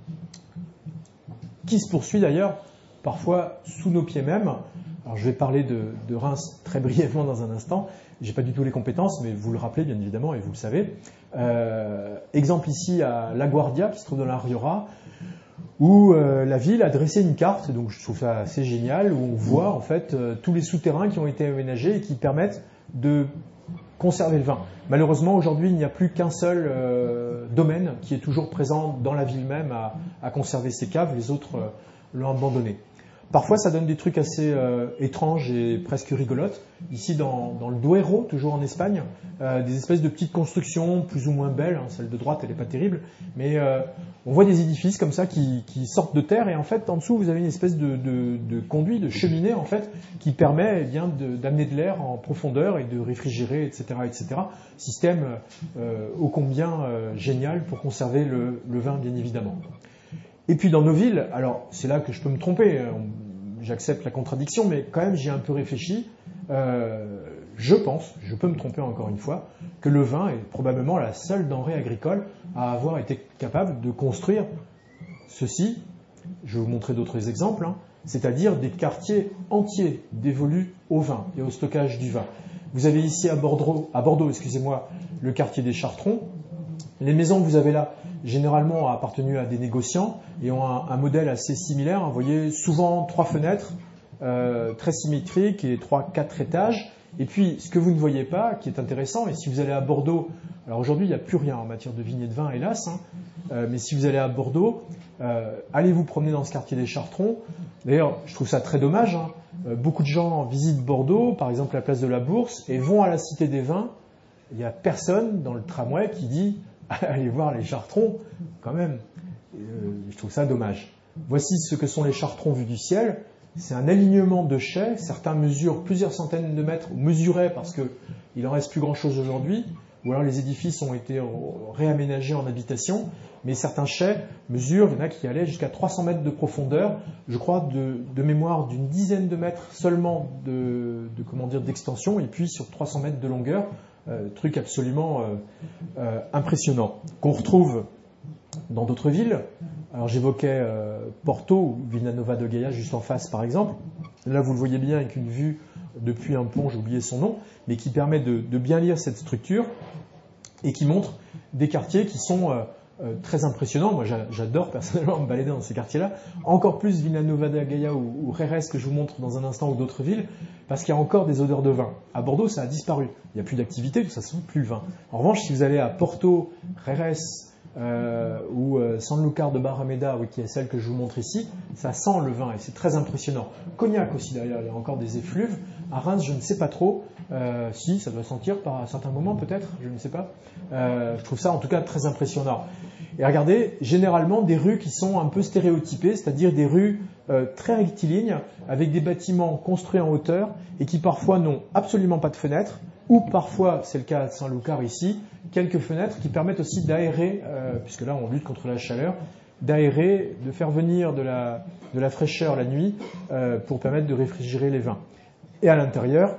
Qui se poursuit d'ailleurs parfois sous nos pieds même. Alors je vais parler de Reims très brièvement dans un instant. Je n'ai pas du tout les compétences, mais vous le rappelez bien évidemment et vous le savez. Exemple ici à La Guardia, qui se trouve dans la Rioja, où la ville a dressé une carte, donc je trouve ça assez génial, où on voit en fait tous les souterrains qui ont été aménagés et qui permettent de conserver le vin. Malheureusement, aujourd'hui, il n'y a plus qu'un seul domaine qui est toujours présent dans la ville même à conserver ces caves, les autres l'ont abandonné. Parfois, ça donne des trucs assez étranges et presque rigolotes. Ici, dans le Duero, toujours en Espagne, des espèces de petites constructions plus ou moins belles. Hein, celle de droite, elle n'est pas terrible. Mais on voit des édifices comme ça qui sortent de terre. Et en fait, en dessous, vous avez une espèce de conduit, de cheminée, en fait, qui permet d'amener de l'air en profondeur et de réfrigérer, etc. etc. Système ô combien génial pour conserver le vin, bien évidemment. Et puis dans nos villes, alors c'est là que je peux me tromper, j'accepte la contradiction, mais quand même j'y ai un peu réfléchi. Je pense, je peux me tromper encore une fois, que le vin est probablement la seule denrée agricole à avoir été capable de construire ceci. Je vais vous montrer d'autres exemples, hein, c'est-à-dire des quartiers entiers dévolus au vin et au stockage du vin. Vous avez ici à Bordeaux, le quartier des Chartrons. Les maisons que vous avez là, généralement, ont appartenu à des négociants et ont un modèle assez similaire. Vous voyez, souvent 3 fenêtres, très symétriques et 3-4 étages. Et puis, ce que vous ne voyez pas, qui est intéressant, et si vous allez à Bordeaux, alors aujourd'hui, il n'y a plus rien en matière de vignes et de vin, hélas, hein, mais si vous allez à Bordeaux, allez vous promener dans ce quartier des Chartrons. D'ailleurs, je trouve ça très dommage, hein. Beaucoup de gens visitent Bordeaux, par exemple la place de la Bourse, et vont à la Cité des Vins. Il n'y a personne dans le tramway qui dit « allez voir les Chartrons », quand même. Je trouve ça dommage. Voici ce que sont les Chartrons vus du ciel. C'est un alignement de chais. Certains mesurent plusieurs centaines de mètres, mesuraient parce qu'il n'en reste plus grand-chose aujourd'hui, ou alors les édifices ont été réaménagés en habitation, mais certains chais mesurent, il y en a qui allaient jusqu'à 300 mètres de profondeur, je crois de mémoire d'une dizaine de mètres seulement d'extension, et puis sur 300 mètres de longueur, truc absolument impressionnant, qu'on retrouve dans d'autres villes. Alors j'évoquais Porto ou Villanova de Gaia juste en face par exemple. Là vous le voyez bien avec une vue depuis un pont, j'ai oublié son nom, mais qui permet de bien lire cette structure et qui montre des quartiers qui sont très impressionnants. Moi j'adore personnellement me balader dans ces quartiers-là. Encore plus Villanova de Gaia ou Jerez que je vous montre dans un instant ou d'autres villes, parce qu'il y a encore des odeurs de vin. À Bordeaux ça a disparu. Il n'y a plus d'activité, tout ça ne sent plus le vin. En revanche si vous allez à Porto, Jerez, ou Sanlúcar de Barrameda, qui est celle que je vous montre ici, ça sent le vin et c'est très impressionnant. Cognac aussi derrière, il y a encore des effluves. À Reims, je ne sais pas trop. Si, ça doit sentir par certains moments peut-être, je ne sais pas. Je trouve ça en tout cas très impressionnant. Et regardez, généralement des rues qui sont un peu stéréotypées, c'est-à-dire des rues très rectilignes, avec des bâtiments construits en hauteur et qui parfois n'ont absolument pas de fenêtres, ou parfois, c'est le cas de Sanlúcar ici, quelques fenêtres qui permettent aussi d'aérer, puisque là on lutte contre la chaleur, d'aérer, de faire venir de la fraîcheur la nuit pour permettre de réfrigérer les vins. Et à l'intérieur,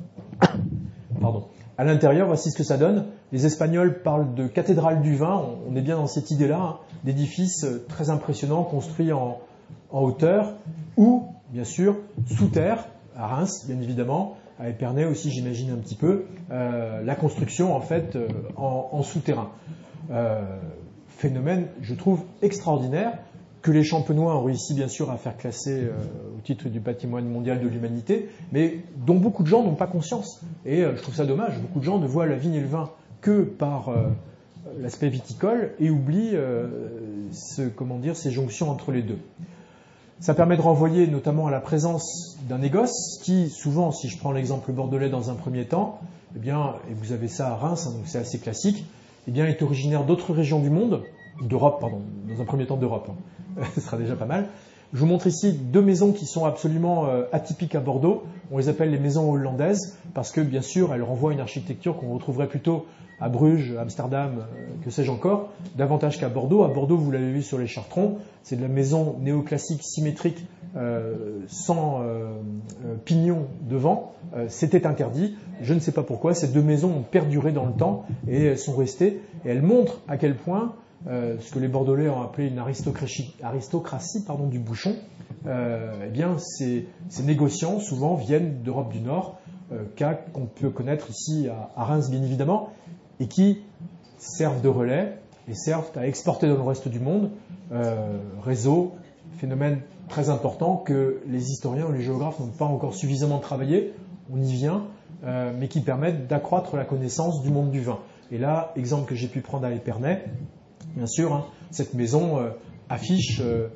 voici ce que ça donne. Les Espagnols parlent de cathédrale du vin, on est bien dans cette idée-là, hein, d'édifices très impressionnants construits en hauteur, ou bien sûr sous terre, à Reims bien évidemment, à Épernay aussi j'imagine un petit peu, la construction en fait en souterrain. Phénomène, je trouve, extraordinaire, que les Champenois ont réussi bien sûr à faire classer au titre du patrimoine mondial de l'humanité, mais dont beaucoup de gens n'ont pas conscience. Et je trouve ça dommage, beaucoup de gens ne voient la vigne et le vin que par l'aspect viticole et oublient ces jonctions entre les deux. Ça permet de renvoyer notamment à la présence d'un négoce qui, souvent, si je prends l'exemple bordelais dans un premier temps, eh bien, et vous avez ça à Reims, hein, donc c'est assez classique, eh bien, est originaire d'autres régions du monde, d'Europe, pardon, dans un premier temps d'Europe, hein. Ce sera déjà pas mal. Je vous montre ici 2 maisons qui sont absolument atypiques à Bordeaux. On les appelle les maisons hollandaises parce que, bien sûr, elles renvoient à une architecture qu'on retrouverait plutôt à Bruges, Amsterdam, que sais-je encore, davantage qu'à Bordeaux. À Bordeaux, vous l'avez vu sur les Chartrons, c'est de la maison néoclassique symétrique sans pignon devant. C'était interdit. Je ne sais pas pourquoi. Ces 2 maisons ont perduré dans le temps et elles sont restées. Et elles montrent à quel point ce que les Bordelais ont appelé une aristocratie du bouchon, eh bien, ces négociants souvent viennent d'Europe du Nord, cas qu'on peut connaître ici à Reims bien évidemment, et qui servent de relais et servent à exporter dans le reste du monde. Réseau, phénomène très important que les historiens ou les géographes n'ont pas encore suffisamment travaillé, on y vient, mais qui permettent d'accroître la connaissance du monde du vin. Et là, exemple que j'ai pu prendre à Épernay, bien sûr, hein, cette maison affiche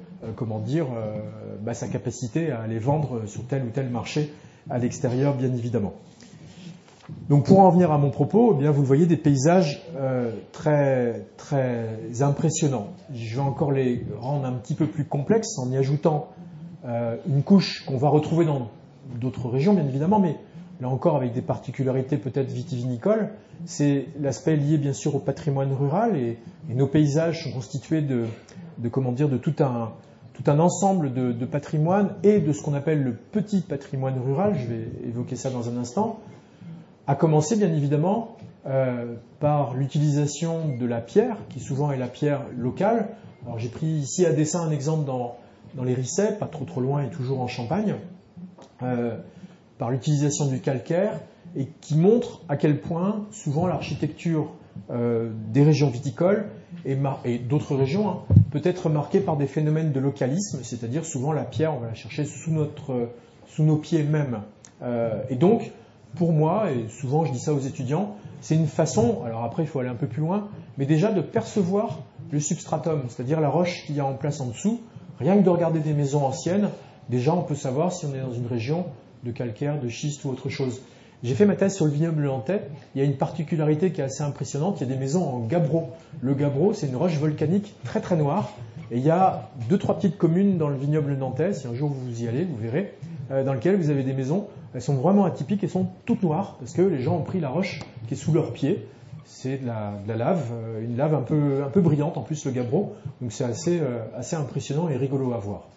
sa capacité à aller vendre sur tel ou tel marché à l'extérieur, bien évidemment. Donc pour en venir à mon propos, eh bien, vous voyez des paysages très, très impressionnants. Je vais encore les rendre un petit peu plus complexes en y ajoutant une couche qu'on va retrouver dans d'autres régions, bien évidemment, mais là encore avec des particularités peut-être vitivinicoles. C'est l'aspect lié bien sûr au patrimoine rural et nos paysages sont constitués de tout tout un ensemble de patrimoine et de ce qu'on appelle le petit patrimoine rural, je vais évoquer ça dans un instant, à commencer bien évidemment par l'utilisation de la pierre, qui souvent est la pierre locale. Alors j'ai pris ici à dessein un exemple dans les Rissets, pas trop loin et toujours en Champagne, par l'utilisation du calcaire, et qui montre à quel point souvent l'architecture des régions viticoles et d'autres régions peut être marquée par des phénomènes de localisme, c'est-à-dire souvent la pierre, on va la chercher sous nos pieds même. Et donc, pour moi, et souvent je dis ça aux étudiants, c'est une façon, alors après il faut aller un peu plus loin, mais déjà de percevoir le substratum, c'est-à-dire la roche qu'il y a en place en dessous. Rien que de regarder des maisons anciennes, déjà on peut savoir si on est dans une région de calcaire, de schiste ou autre chose. J'ai fait ma thèse sur le vignoble nantais. Il y a une particularité qui est assez impressionnante. Il y a des maisons en gabbro. Le gabbro, c'est une roche volcanique très très noire. Et il y a 2-3 petites communes dans le vignoble nantais, si un jour vous y allez, vous verrez, dans lesquelles vous avez des maisons. Elles sont vraiment atypiques et sont toutes noires parce que les gens ont pris la roche qui est sous leurs pieds. C'est de la lave, une lave un peu brillante en plus, le gabbro. Donc c'est assez impressionnant et rigolo à voir.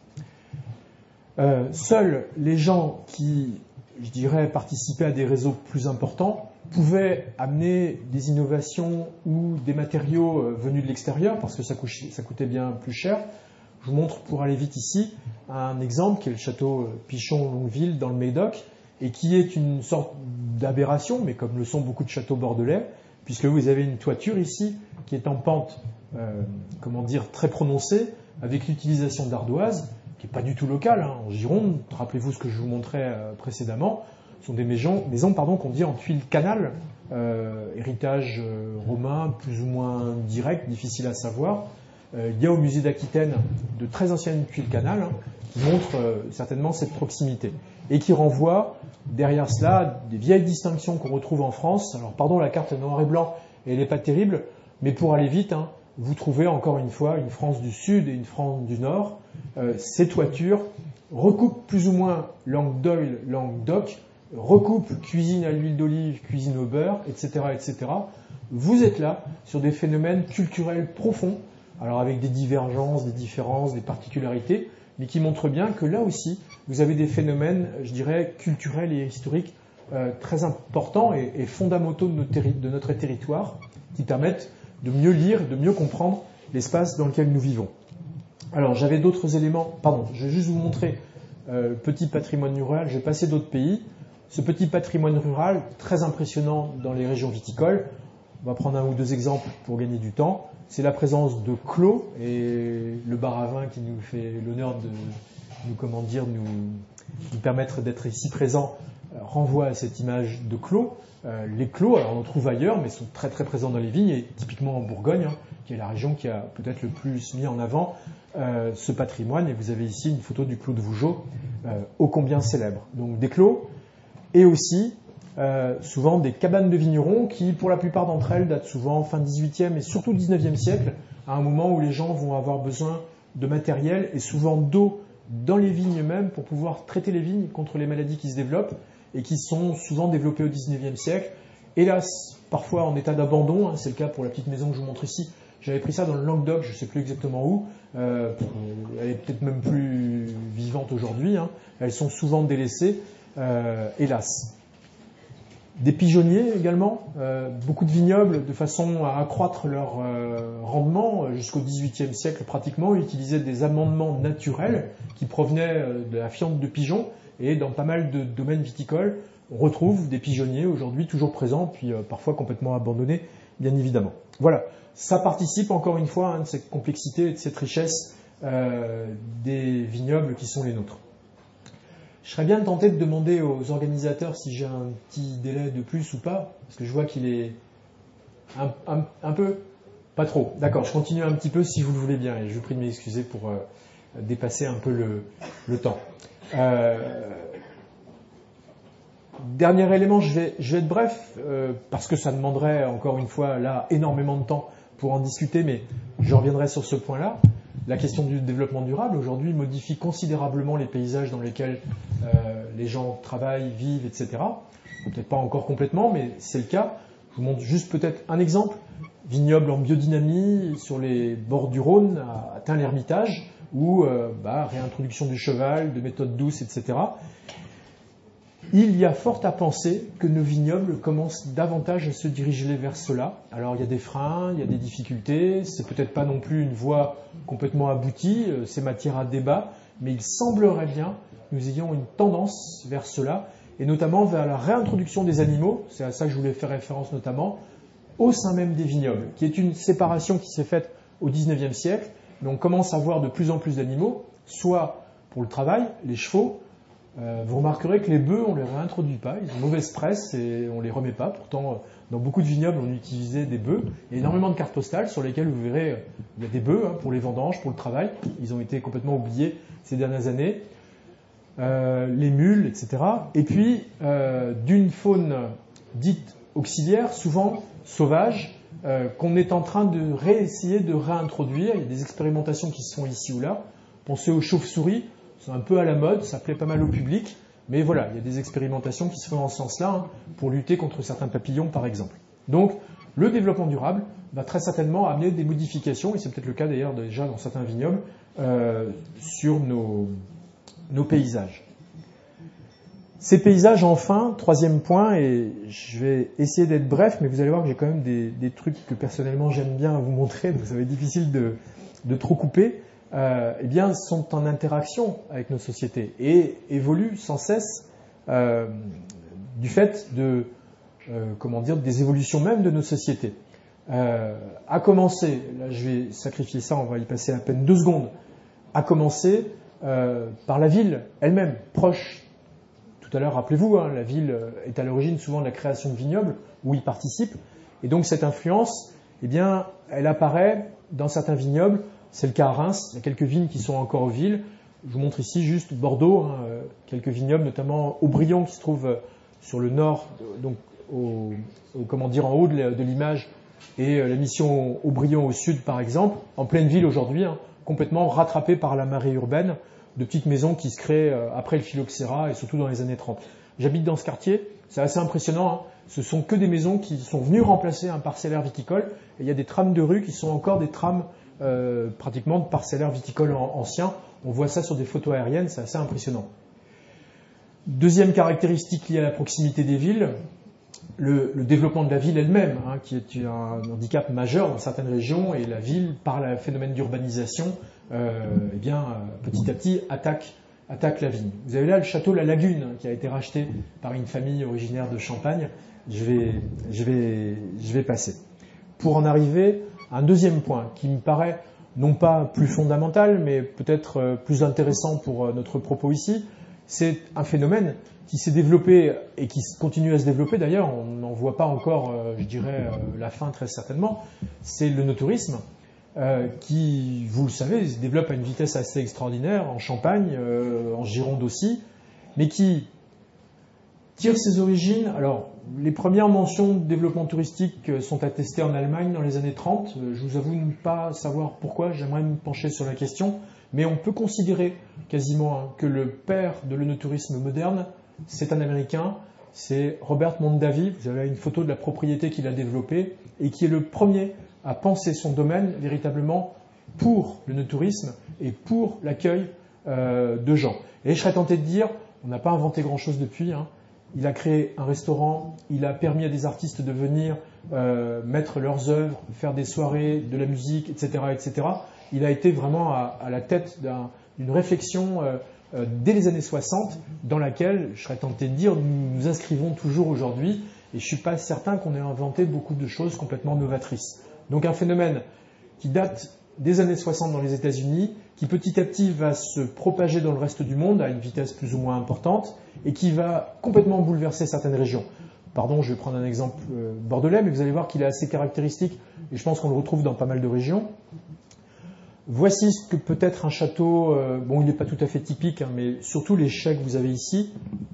Seuls les gens qui, je dirais, participaient à des réseaux plus importants pouvaient amener des innovations ou des matériaux venus de l'extérieur parce que ça coûtait bien plus cher. Je vous montre pour aller vite ici un exemple qui est le château Pichon-Longueville dans le Médoc et qui est une sorte d'aberration, mais comme le sont beaucoup de châteaux bordelais, puisque vous avez une toiture ici qui est en pente, très prononcée, avec l'utilisation d'ardoise, qui n'est pas du tout locale, en Gironde. Rappelez-vous ce que je vous montrais précédemment. Ce sont des maisons qu'on dit en tuiles canal, héritage romain, plus ou moins direct, difficile à savoir. Il y a au musée d'Aquitaine de très anciennes tuiles canal qui montrent certainement cette proximité et qui renvoient derrière cela des vieilles distinctions qu'on retrouve en France. Alors pardon, la carte noir et blanc, elle n'est pas terrible, mais pour aller vite, vous trouvez encore une fois une France du Sud et une France du Nord. Ces toitures recoupent plus ou moins langue d'oil, langue d'oc, recoupent cuisine à l'huile d'olive, cuisine au beurre, etc., etc. Vous êtes là sur des phénomènes culturels profonds, alors avec des divergences, des différences, des particularités, mais qui montrent bien que là aussi, vous avez des phénomènes, je dirais, culturels et historiques très importants et fondamentaux de notre territoire, qui permettent de mieux lire, de mieux comprendre l'espace dans lequel nous vivons. Alors, j'avais d'autres éléments. Pardon, je vais juste vous montrer petit patrimoine rural. Je vais passer d'autres pays. Ce petit patrimoine rural, très impressionnant dans les régions viticoles. On va prendre un ou deux exemples pour gagner du temps. C'est la présence de clos et le bar à vin qui nous fait l'honneur de nous permettre d'être ici présents renvoie à cette image de clos. Les clos, alors on en trouve ailleurs, mais sont très très présents dans les vignes, et typiquement en Bourgogne, qui est la région qui a peut-être le plus mis en avant ce patrimoine. Et vous avez ici une photo du clos de Vougeot, ô combien célèbre. Donc des clos, et aussi souvent des cabanes de vignerons qui, pour la plupart d'entre elles, datent souvent fin 18e et surtout 19e siècle, à un moment où les gens vont avoir besoin de matériel et souvent d'eau dans les vignes même pour pouvoir traiter les vignes contre les maladies qui se développent et qui sont souvent développées au 19e siècle. Hélas, parfois en état d'abandon, c'est le cas pour la petite maison que je vous montre ici. J'avais pris ça dans le Languedoc, je ne sais plus exactement où. Elle est peut-être même plus vivante aujourd'hui. Elles sont souvent délaissées, hélas. Des pigeonniers également, beaucoup de vignobles, de façon à accroître leur rendement, jusqu'au XVIIIe siècle pratiquement, utilisaient des amendements naturels qui provenaient de la fiente de pigeon, et dans pas mal de domaines viticoles, on retrouve des pigeonniers aujourd'hui toujours présents, puis parfois complètement abandonnés, bien évidemment. Voilà, ça participe encore une fois de cette complexité et de cette richesse des vignobles qui sont les nôtres. Je serais bien tenté de demander aux organisateurs si j'ai un petit délai de plus ou pas, parce que je vois qu'il est un peu, pas trop. D'accord, je continue un petit peu si vous le voulez bien, et je vous prie de m'excuser pour dépasser un peu le temps. Dernier élément, je vais être bref, parce que ça demanderait encore une fois là énormément de temps pour en discuter, mais je reviendrai sur ce point-là. La question du développement durable aujourd'hui modifie considérablement les paysages dans lesquels les gens travaillent, vivent, etc. Peut-être pas encore complètement, mais c'est le cas. Je vous montre juste peut-être un exemple. Vignoble en biodynamie sur les bords du Rhône à Tain-l'Hermitage. ou réintroduction du cheval, de méthodes douces, etc. Il y a fort à penser que nos vignobles commencent davantage à se diriger vers cela. Alors il y a des freins, il y a des difficultés, c'est peut-être pas non plus une voie complètement aboutie, c'est matière à débat, mais il semblerait bien que nous ayons une tendance vers cela, et notamment vers la réintroduction des animaux, c'est à ça que je voulais faire référence notamment, au sein même des vignobles, qui est une séparation qui s'est faite au XIXe siècle, mais on commence à voir de plus en plus d'animaux, soit pour le travail, les chevaux. Vous remarquerez que les bœufs, on ne les réintroduit pas, ils ont mauvaise presse et on ne les remet pas. Pourtant, dans beaucoup de vignobles, on utilisait des bœufs. Il y a énormément de cartes postales sur lesquelles vous verrez, il y a des bœufs pour les vendanges, pour le travail. Ils ont été complètement oubliés ces dernières années. Les mules, etc. Et puis, d'une faune dite auxiliaire, souvent sauvage, qu'on est en train de réessayer de réintroduire. Il y a des expérimentations qui se font ici ou là. Pensez aux chauves-souris. C'est un peu à la mode, ça plaît pas mal au public, mais voilà, il y a des expérimentations qui se font en ce sens-là, pour lutter contre certains papillons, par exemple. Donc, le développement durable va très certainement amener des modifications, et c'est peut-être le cas d'ailleurs déjà dans certains vignobles, sur nos paysages. Ces paysages, enfin, troisième point, et je vais essayer d'être bref, mais vous allez voir que j'ai quand même des trucs que personnellement j'aime bien vous montrer, donc ça va être difficile de trop couper. Sont en interaction avec nos sociétés et évoluent sans cesse du fait des évolutions même de nos sociétés. À commencer, là je vais sacrifier ça, on va y passer à peine 2 secondes, à commencer par la ville elle-même, proche. Tout à l'heure, rappelez-vous, la ville est à l'origine souvent de la création de vignobles, où il participe, et donc cette influence, elle apparaît dans certains vignobles. C'est le cas à Reims, il y a quelques vignes qui sont encore aux villes. Je vous montre ici juste Bordeaux, quelques vignobles, notamment Aubryon qui se trouve sur le nord, donc en haut de l'image, et la mission Aubryon au sud par exemple, en pleine ville aujourd'hui, complètement rattrapée par la marée urbaine, de petites maisons qui se créent après le phylloxéra et surtout dans les années 30. J'habite dans ce quartier, c'est assez impressionnant, ce sont que des maisons qui sont venues remplacer un parcellaire viticole, et il y a des trames de rue qui sont encore des trames pratiquement de parcellaires viticoles anciens. On voit ça sur des photos aériennes, c'est assez impressionnant. Deuxième caractéristique liée à la proximité des villes, le développement de la ville elle-même, qui est un handicap majeur dans certaines régions, et la ville, par le phénomène d'urbanisation, petit à petit attaque la vigne. Vous avez là le château La Lagune, qui a été racheté par une famille originaire de Champagne. Je vais passer. Pour en arriver un deuxième point qui me paraît non pas plus fondamental, mais peut-être plus intéressant pour notre propos ici, c'est un phénomène qui s'est développé et qui continue à se développer. D'ailleurs, on n'en voit pas encore, la fin très certainement. C'est le no-tourisme qui, vous le savez, se développe à une vitesse assez extraordinaire en Champagne, en Gironde aussi, mais qui tire ses origines. Alors, les premières mentions de développement touristique sont attestées en Allemagne dans les années 30. Je vous avoue ne pas savoir pourquoi, j'aimerais me pencher sur la question, mais on peut considérer quasiment que le père de l'œnotourisme moderne, c'est un Américain, c'est Robert Mondavi. Vous avez une photo de la propriété qu'il a développée et qui est le premier à penser son domaine véritablement pour l'œnotourisme et pour l'accueil de gens. Et je serais tenté de dire, on n'a pas inventé grand-chose depuis, Il a créé un restaurant, il a permis à des artistes de venir mettre leurs œuvres, faire des soirées, de la musique, etc. etc. Il a été vraiment à la tête d'une réflexion dès les années 60, dans laquelle, je serais tenté de dire, nous nous inscrivons toujours aujourd'hui, et je ne suis pas certain qu'on ait inventé beaucoup de choses complètement novatrices. Donc un phénomène qui date des années 60 dans les États-Unis, qui petit à petit va se propager dans le reste du monde à une vitesse plus ou moins importante, et qui va complètement bouleverser certaines régions. Pardon, je vais prendre un exemple bordelais, mais vous allez voir qu'il est assez caractéristique, et je pense qu'on le retrouve dans pas mal de régions. Voici ce que peut être un château, il n'est pas tout à fait typique, mais surtout les chais que vous avez ici,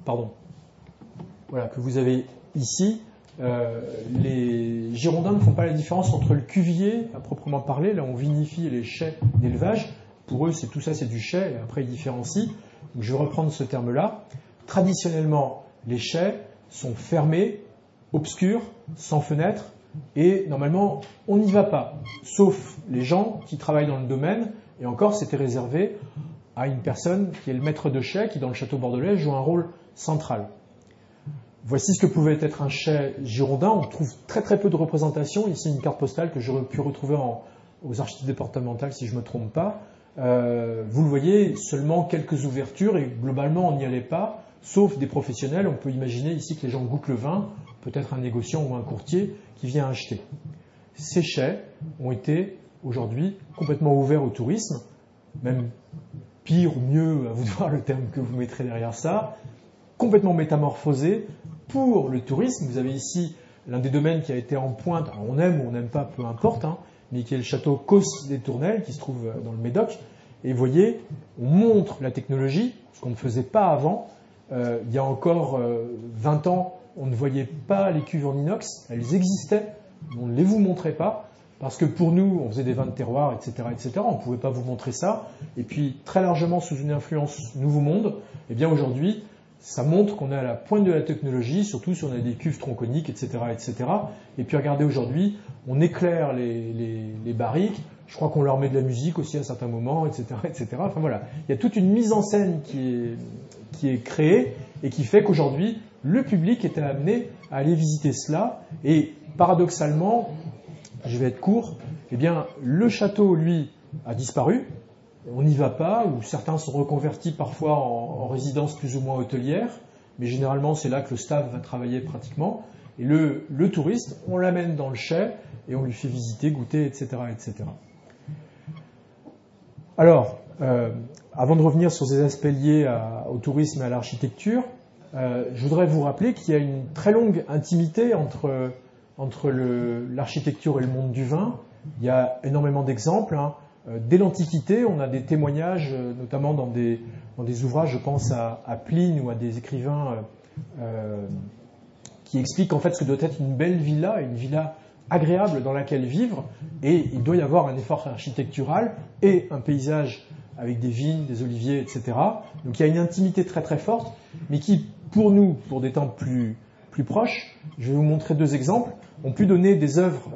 que vous avez ici, les Girondins ne font pas la différence entre le cuvier, à proprement parler, là on vinifie les chais d'élevage, pour eux tout ça c'est du chai, et après ils différencient. Donc, je vais reprendre ce terme-là. Traditionnellement, les chais sont fermés, obscurs, sans fenêtre, et normalement, on n'y va pas, sauf les gens qui travaillent dans le domaine, Et encore, c'était réservé à une personne qui est le maître de chai, qui dans le château bordelais joue un rôle central. Voici ce que pouvait être un chai girondin. On trouve très très peu de représentation. Ici, une carte postale que j'aurais pu retrouver aux archives départementales, si je ne me trompe pas. Vous le voyez, seulement quelques ouvertures, et globalement, on n'y allait pas, sauf des professionnels. On peut imaginer ici que les gens goûtent le vin, peut-être un négociant ou un courtier qui vient acheter. Ces chais ont été aujourd'hui complètement ouverts au tourisme, même pire ou mieux, à vous de voir le terme que vous mettrez derrière ça, complètement métamorphosés pour le tourisme. Vous avez ici l'un des domaines qui a été en pointe, alors on aime ou on n'aime pas, peu importe, mais qui est le château Causse des Tournelles, qui se trouve dans le Médoc. Et vous voyez, on montre la technologie, ce qu'on ne faisait pas avant. Il y a encore 20 ans, on ne voyait pas les cuves en inox, elles existaient, on ne les vous montrait pas, parce que pour nous, on faisait des vins de terroir, etc., on ne pouvait pas vous montrer ça. Et puis, très largement sous une influence Nouveau Monde, eh bien aujourd'hui, ça montre qu'on est à la pointe de la technologie, surtout si on a des cuves tronconiques, etc., Et puis regardez aujourd'hui, on éclaire les barriques, je crois qu'on leur met de la musique aussi à certains moments, etc., Enfin voilà, il y a toute une mise en scène qui est créée et qui fait qu'aujourd'hui, le public est amené à aller visiter cela. Et paradoxalement, je vais être court, eh bien le château, lui, a disparu. On n'y va pas, ou certains sont reconvertis parfois en résidence plus ou moins hôtelière, mais généralement c'est là que le staff va travailler pratiquement. Et le touriste, on l'amène dans le chai et on lui fait visiter, goûter, etc., Alors, avant de revenir sur ces aspects liés au tourisme et à l'architecture, je voudrais vous rappeler qu'il y a une très longue intimité entre l'architecture et le monde du vin. Il y a énormément d'exemples. Dès l'Antiquité, on a des témoignages, notamment dans des ouvrages, je pense à Pline ou à des écrivains qui expliquent en fait ce que doit être une belle villa, une villa agréable dans laquelle vivre, et il doit y avoir un effort architectural et un paysage avec des vignes, des oliviers, etc. Donc il y a une intimité très très forte, mais qui, pour nous, pour des temps plus proches, je vais vous montrer deux exemples, ont pu donner des œuvres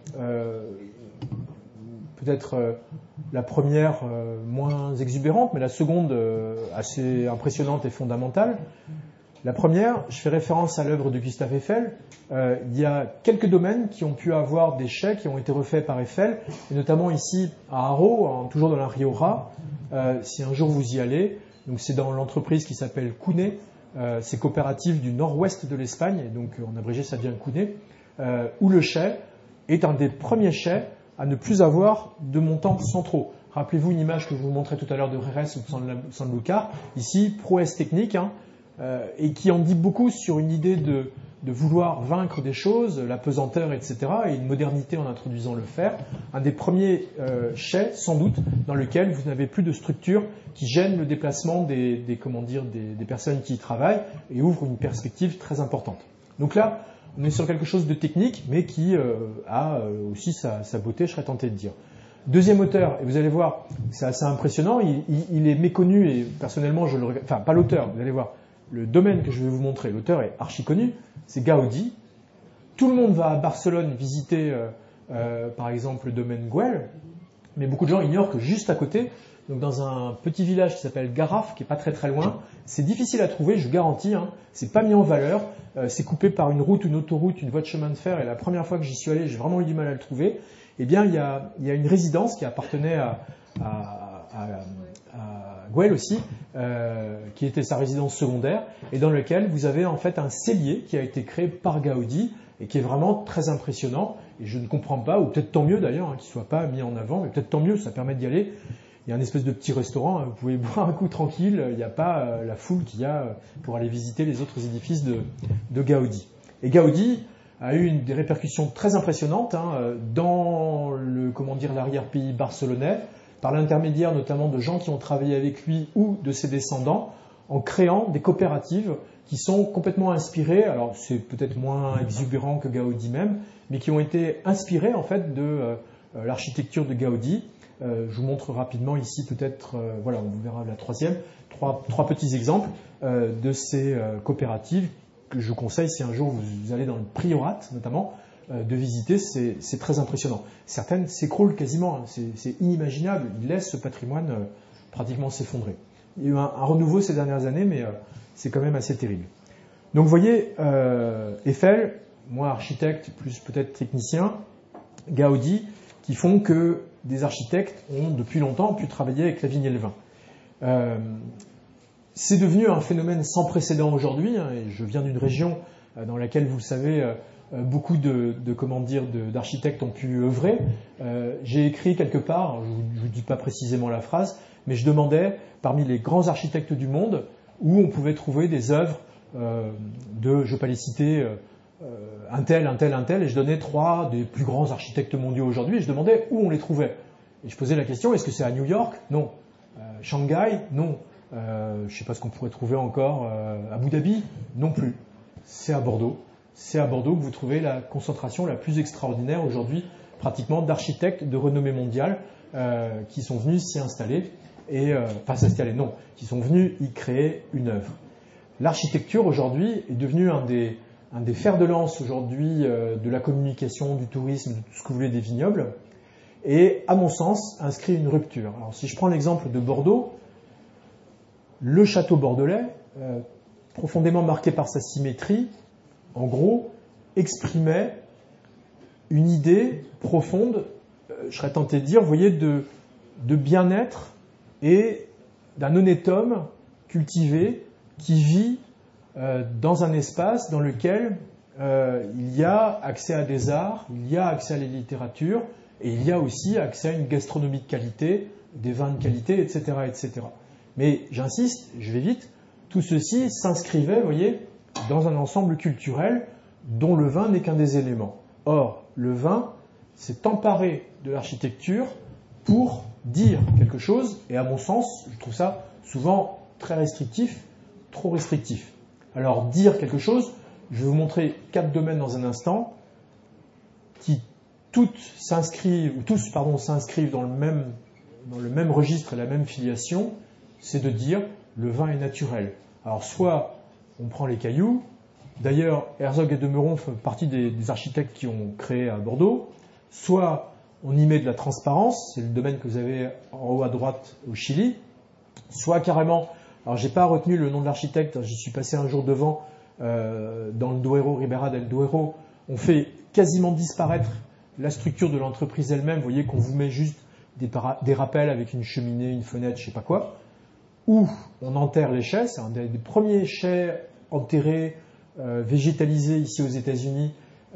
peut-être la première moins exubérante, mais la seconde assez impressionnante et fondamentale. La première, je fais référence à l'œuvre de Gustave Eiffel. Il y a quelques domaines qui ont pu avoir des chais qui ont été refaits par Eiffel, et notamment ici à Haro, toujours dans la Rioja. Si un jour vous y allez, donc c'est dans l'entreprise qui s'appelle Cuné, c'est coopérative du nord-ouest de l'Espagne, et donc en abrégé ça devient Cuné, où le chai est un des premiers chais à ne plus avoir de montants centraux. Rappelez-vous une image que je vous montrais tout à l'heure de Jerez ou de Sanlúcar, ici, prouesse technique, et qui en dit beaucoup sur une idée de vouloir vaincre des choses, la pesanteur, etc., et une modernité en introduisant le fer. Un des premiers chais, sans doute, dans lequel vous n'avez plus de structure qui gêne le déplacement des personnes qui y travaillent et ouvre une perspective très importante. Donc là, on est sur quelque chose de technique, mais qui a aussi sa beauté, je serais tenté de dire. Deuxième auteur, et vous allez voir, c'est assez impressionnant, il est méconnu, et personnellement, je le regarde, enfin, pas l'auteur, vous allez voir, le domaine que je vais vous montrer, l'auteur est archi connu, c'est Gaudi. Tout le monde va à Barcelone visiter, par exemple, le domaine Güell, mais beaucoup de gens ignorent que juste à côté, donc dans un petit village qui s'appelle Garraf, qui est pas très très loin, c'est difficile à trouver, je vous garantis, c'est pas mis en valeur, c'est coupé par une route, une autoroute, une voie de chemin de fer, et la première fois que j'y suis allé, j'ai vraiment eu du mal à le trouver. Eh bien, il y a une résidence qui appartenait à Güell aussi, qui était sa résidence secondaire, et dans lequel vous avez en fait un cellier qui a été créé par Gaudi, et qui est vraiment très impressionnant, et je ne comprends pas, ou peut-être tant mieux d'ailleurs, qu'il ne soit pas mis en avant, mais peut-être tant mieux, ça permet d'y aller. Il y a un espèce de petit restaurant, vous pouvez boire un coup tranquille, il n'y a pas la foule qu'il y a pour aller visiter les autres édifices de Gaudi. Et Gaudi a eu des répercussions très impressionnantes dans l'arrière-pays barcelonais, par l'intermédiaire notamment de gens qui ont travaillé avec lui ou de ses descendants, en créant des coopératives qui sont complètement inspirées, alors c'est peut-être moins exubérant que Gaudi même, mais qui ont été inspirées en fait de l'architecture de Gaudi. Je vous montre rapidement ici peut-être, voilà, on verra la troisième, trois petits exemples de ces coopératives que je vous conseille si un jour vous allez dans le Priorat notamment. de visiter, c'est très impressionnant. Certaines s'écroulent quasiment, c'est inimaginable, ils laissent ce patrimoine pratiquement s'effondrer. Il y a eu un renouveau ces dernières années, mais c'est quand même assez terrible. Donc vous voyez, Eiffel, moi architecte, plus peut-être technicien, Gaudi, qui font que des architectes ont depuis longtemps pu travailler avec la vigne et le vin. C'est devenu un phénomène sans précédent aujourd'hui, hein, et je viens d'une région dans laquelle, vous le savez, beaucoup d'architectes ont pu œuvrer. J'ai écrit quelque part, je ne vous dis pas précisément la phrase, mais je demandais, parmi les grands architectes du monde, où on pouvait trouver des œuvres je ne vais pas les citer, un tel, et je donnais 3 des plus grands architectes mondiaux aujourd'hui, et je demandais où on les trouvait. Et je posais la question, est-ce que c'est à New York? Non. Shanghai? Non. Je ne sais pas ce qu'on pourrait trouver encore. Abu Dhabi? Non plus. C'est à Bordeaux. C'est à Bordeaux que vous trouvez la concentration la plus extraordinaire aujourd'hui, pratiquement d'architectes de renommée mondiale qui sont venus s'y installer, qui sont venus y créer une œuvre. L'architecture aujourd'hui est devenue un des fers de lance aujourd'hui de la communication, du tourisme, de tout ce que vous voulez des vignobles, et à mon sens inscrit une rupture. Alors si je prends l'exemple de Bordeaux, le château bordelais, profondément marqué par sa symétrie, en gros, exprimait une idée profonde, je serais tenté de dire, vous voyez, de bien-être et d'un honnête homme cultivé qui vit dans un espace dans lequel il y a accès à des arts, il y a accès à la littérature, et il y a aussi accès à une gastronomie de qualité, des vins de qualité, etc. etc. Mais j'insiste, je vais vite, tout ceci s'inscrivait, vous voyez, dans un ensemble culturel dont le vin n'est qu'un des éléments. Or, le vin s'est emparé de l'architecture pour dire quelque chose, et à mon sens, je trouve ça souvent très restrictif, trop restrictif. Alors, dire quelque chose, je vais vous montrer 4 domaines dans un instant, qui tous s'inscrivent dans le même registre et la même filiation, c'est de dire le vin est naturel. Alors, soit on prend les cailloux, d'ailleurs, Herzog et de Meuron font partie des architectes qui ont créé à Bordeaux, soit on y met de la transparence, c'est le domaine que vous avez en haut à droite au Chili, soit carrément, alors j'ai pas retenu le nom de l'architecte, j'y suis passé un jour devant, dans le Duero, Ribera del Duero, on fait quasiment disparaître la structure de l'entreprise elle-même, vous voyez qu'on vous met juste des rappels avec une cheminée, une fenêtre, je sais pas quoi, où on enterre les chais, c'est un des premiers chais enterrés, végétalisés ici aux États-Unis,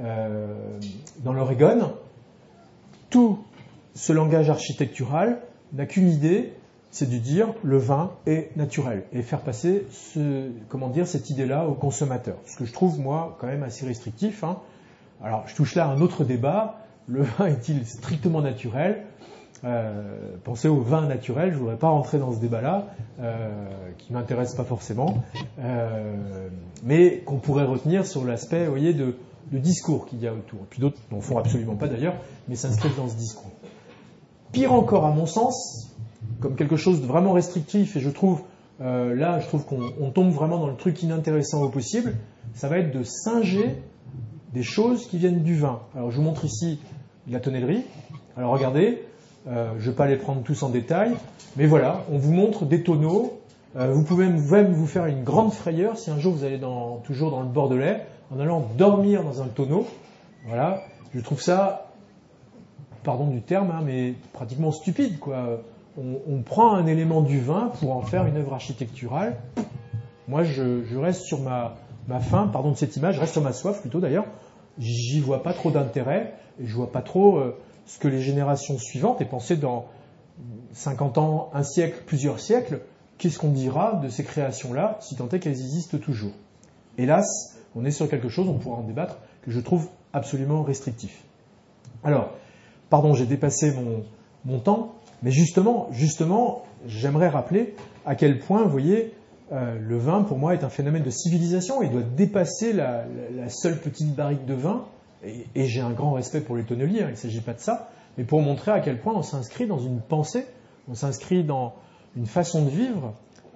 dans l'Oregon. Tout ce langage architectural n'a qu'une idée, c'est de dire le vin est naturel et faire passer cette idée-là au consommateur. Ce que je trouve, moi, quand même assez restrictif. Hein. Alors, je touche là à un autre débat. Le vin est-il strictement naturel ? Pensez au vin naturel, je ne voudrais pas rentrer dans ce débat-là, qui ne m'intéresse pas forcément, mais qu'on pourrait retenir sur l'aspect, vous voyez, de discours qu'il y a autour. Et puis d'autres n'en font absolument pas d'ailleurs, mais s'inscrivent dans ce discours. Pire encore, à mon sens, comme quelque chose de vraiment restrictif, et je trouve qu'on tombe vraiment dans le truc inintéressant au possible, ça va être de singer des choses qui viennent du vin. Alors je vous montre ici la tonnellerie. Alors regardez, je ne vais pas les prendre tous en détail, mais voilà, on vous montre des tonneaux. Vous pouvez même vous faire une grande frayeur si un jour vous allez toujours dans le Bordelais, en allant dormir dans un tonneau. Voilà, je trouve ça, pardon du terme, hein, mais pratiquement stupide, quoi. On prend un élément du vin pour en faire une œuvre architecturale. Moi, je reste sur ma faim, pardon de cette image, je reste sur ma soif plutôt d'ailleurs. J'y vois pas trop d'intérêt, et je vois pas trop ce que les générations suivantes, et pensez dans 50 ans, un siècle, plusieurs siècles, qu'est-ce qu'on dira de ces créations-là, si tant est qu'elles existent toujours. Hélas, on est sur quelque chose, on pourra en débattre, que je trouve absolument restrictif. Alors, pardon, j'ai dépassé mon temps, mais justement, j'aimerais rappeler à quel point, vous voyez, le vin, pour moi, est un phénomène de civilisation. Il doit dépasser la seule petite barrique de vin. Et j'ai un grand respect pour les tonneliers, hein, il ne s'agit pas de ça. Mais pour montrer à quel point on s'inscrit dans une pensée, on s'inscrit dans une façon de vivre.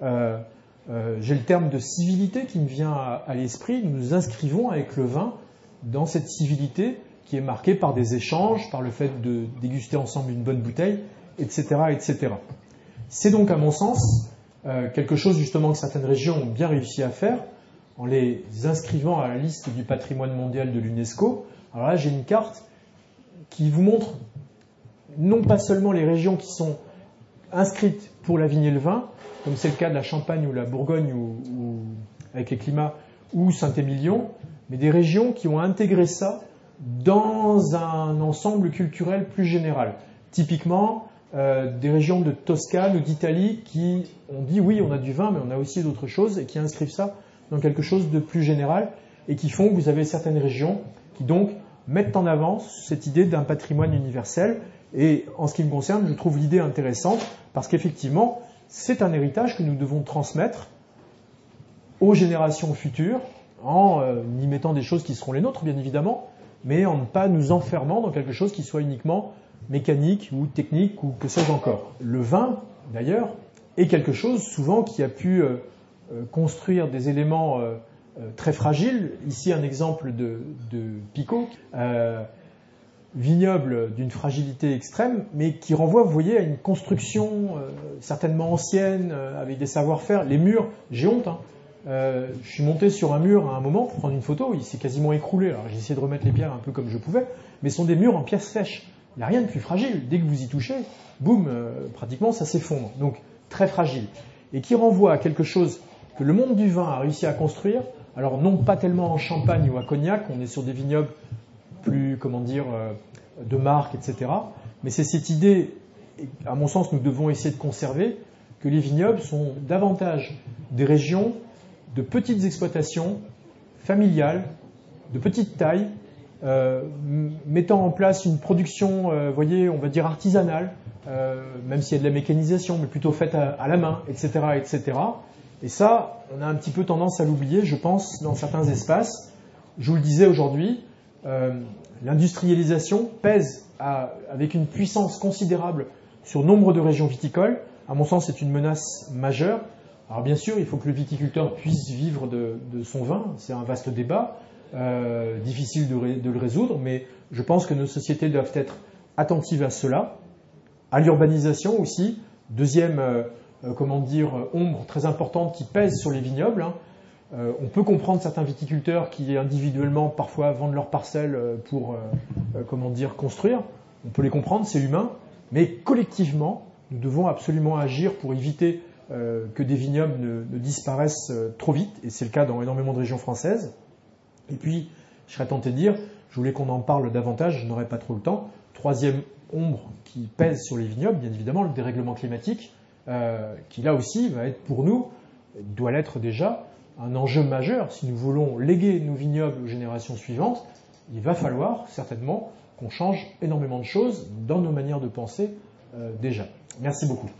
J'ai le terme de civilité qui me vient à l'esprit. Nous nous inscrivons avec le vin dans cette civilité qui est marqué par des échanges, par le fait de déguster ensemble une bonne bouteille, etc., etc. C'est donc, à mon sens, quelque chose justement que certaines régions ont bien réussi à faire en les inscrivant à la liste du patrimoine mondial de l'UNESCO. Alors là, j'ai une carte qui vous montre non pas seulement les régions qui sont inscrites pour la vigne et le vin, comme c'est le cas de la Champagne ou la Bourgogne, ou avec les climats, ou Saint-Émilion, mais des régions qui ont intégré ça dans un ensemble culturel plus général. Typiquement, des régions de Toscane ou d'Italie qui ont dit oui, on a du vin, mais on a aussi d'autres choses, et qui inscrivent ça dans quelque chose de plus général, et qui font que vous avez certaines régions qui donc mettent en avant cette idée d'un patrimoine universel. Et en ce qui me concerne, je trouve l'idée intéressante, parce qu'effectivement, c'est un héritage que nous devons transmettre aux générations futures, en y mettant des choses qui seront les nôtres, bien évidemment, mais en ne pas nous enfermant dans quelque chose qui soit uniquement mécanique ou technique ou que sais-je encore. Le vin, d'ailleurs, est quelque chose souvent qui a pu construire des éléments très fragiles. Ici, un exemple de Picot, vignoble d'une fragilité extrême, mais qui renvoie, vous voyez, à une construction certainement ancienne, avec des savoir-faire. Les murs, j'ai honte, hein. Je suis monté sur un mur à un moment pour prendre une photo, il s'est quasiment écroulé. Alors j'ai essayé de remettre les pierres un peu comme je pouvais, mais ce sont des murs en pièces sèches. Il n'y a rien de plus fragile. Dès que vous y touchez, boum, pratiquement ça s'effondre. Donc très fragile. Et qui renvoie à quelque chose que le monde du vin a réussi à construire. Alors non pas tellement en Champagne ou à Cognac, on est sur des vignobles plus, de marque, etc. Mais c'est cette idée, à mon sens, nous devons essayer de conserver, que les vignobles sont davantage des régions de petites exploitations familiales, de petite taille, mettant en place une production, voyez, on va dire artisanale, même s'il y a de la mécanisation, mais plutôt faite à la main, etc., etc. Et ça, on a un petit peu tendance à l'oublier, je pense, dans certains espaces. Je vous le disais aujourd'hui, l'industrialisation pèse avec une puissance considérable sur nombre de régions viticoles. À mon sens, c'est une menace majeure. Alors bien sûr, il faut que le viticulteur puisse vivre de son vin, c'est un vaste débat, difficile de le résoudre, mais je pense que nos sociétés doivent être attentives à cela, à l'urbanisation aussi, deuxième ombre très importante qui pèse sur les vignobles. On peut comprendre certains viticulteurs qui individuellement parfois vendent leurs parcelles pour construire, on peut les comprendre, c'est humain, mais collectivement, nous devons absolument agir pour éviter que des vignobles ne disparaissent trop vite, et c'est le cas dans énormément de régions françaises. Et puis, je serais tenté de dire, je voulais qu'on en parle davantage, je n'aurai pas trop le temps. Troisième ombre qui pèse sur les vignobles, bien évidemment, le dérèglement climatique, qui là aussi va être pour nous, doit l'être déjà, un enjeu majeur. Si nous voulons léguer nos vignobles aux générations suivantes, il va falloir certainement qu'on change énormément de choses dans nos manières de penser déjà. Merci beaucoup.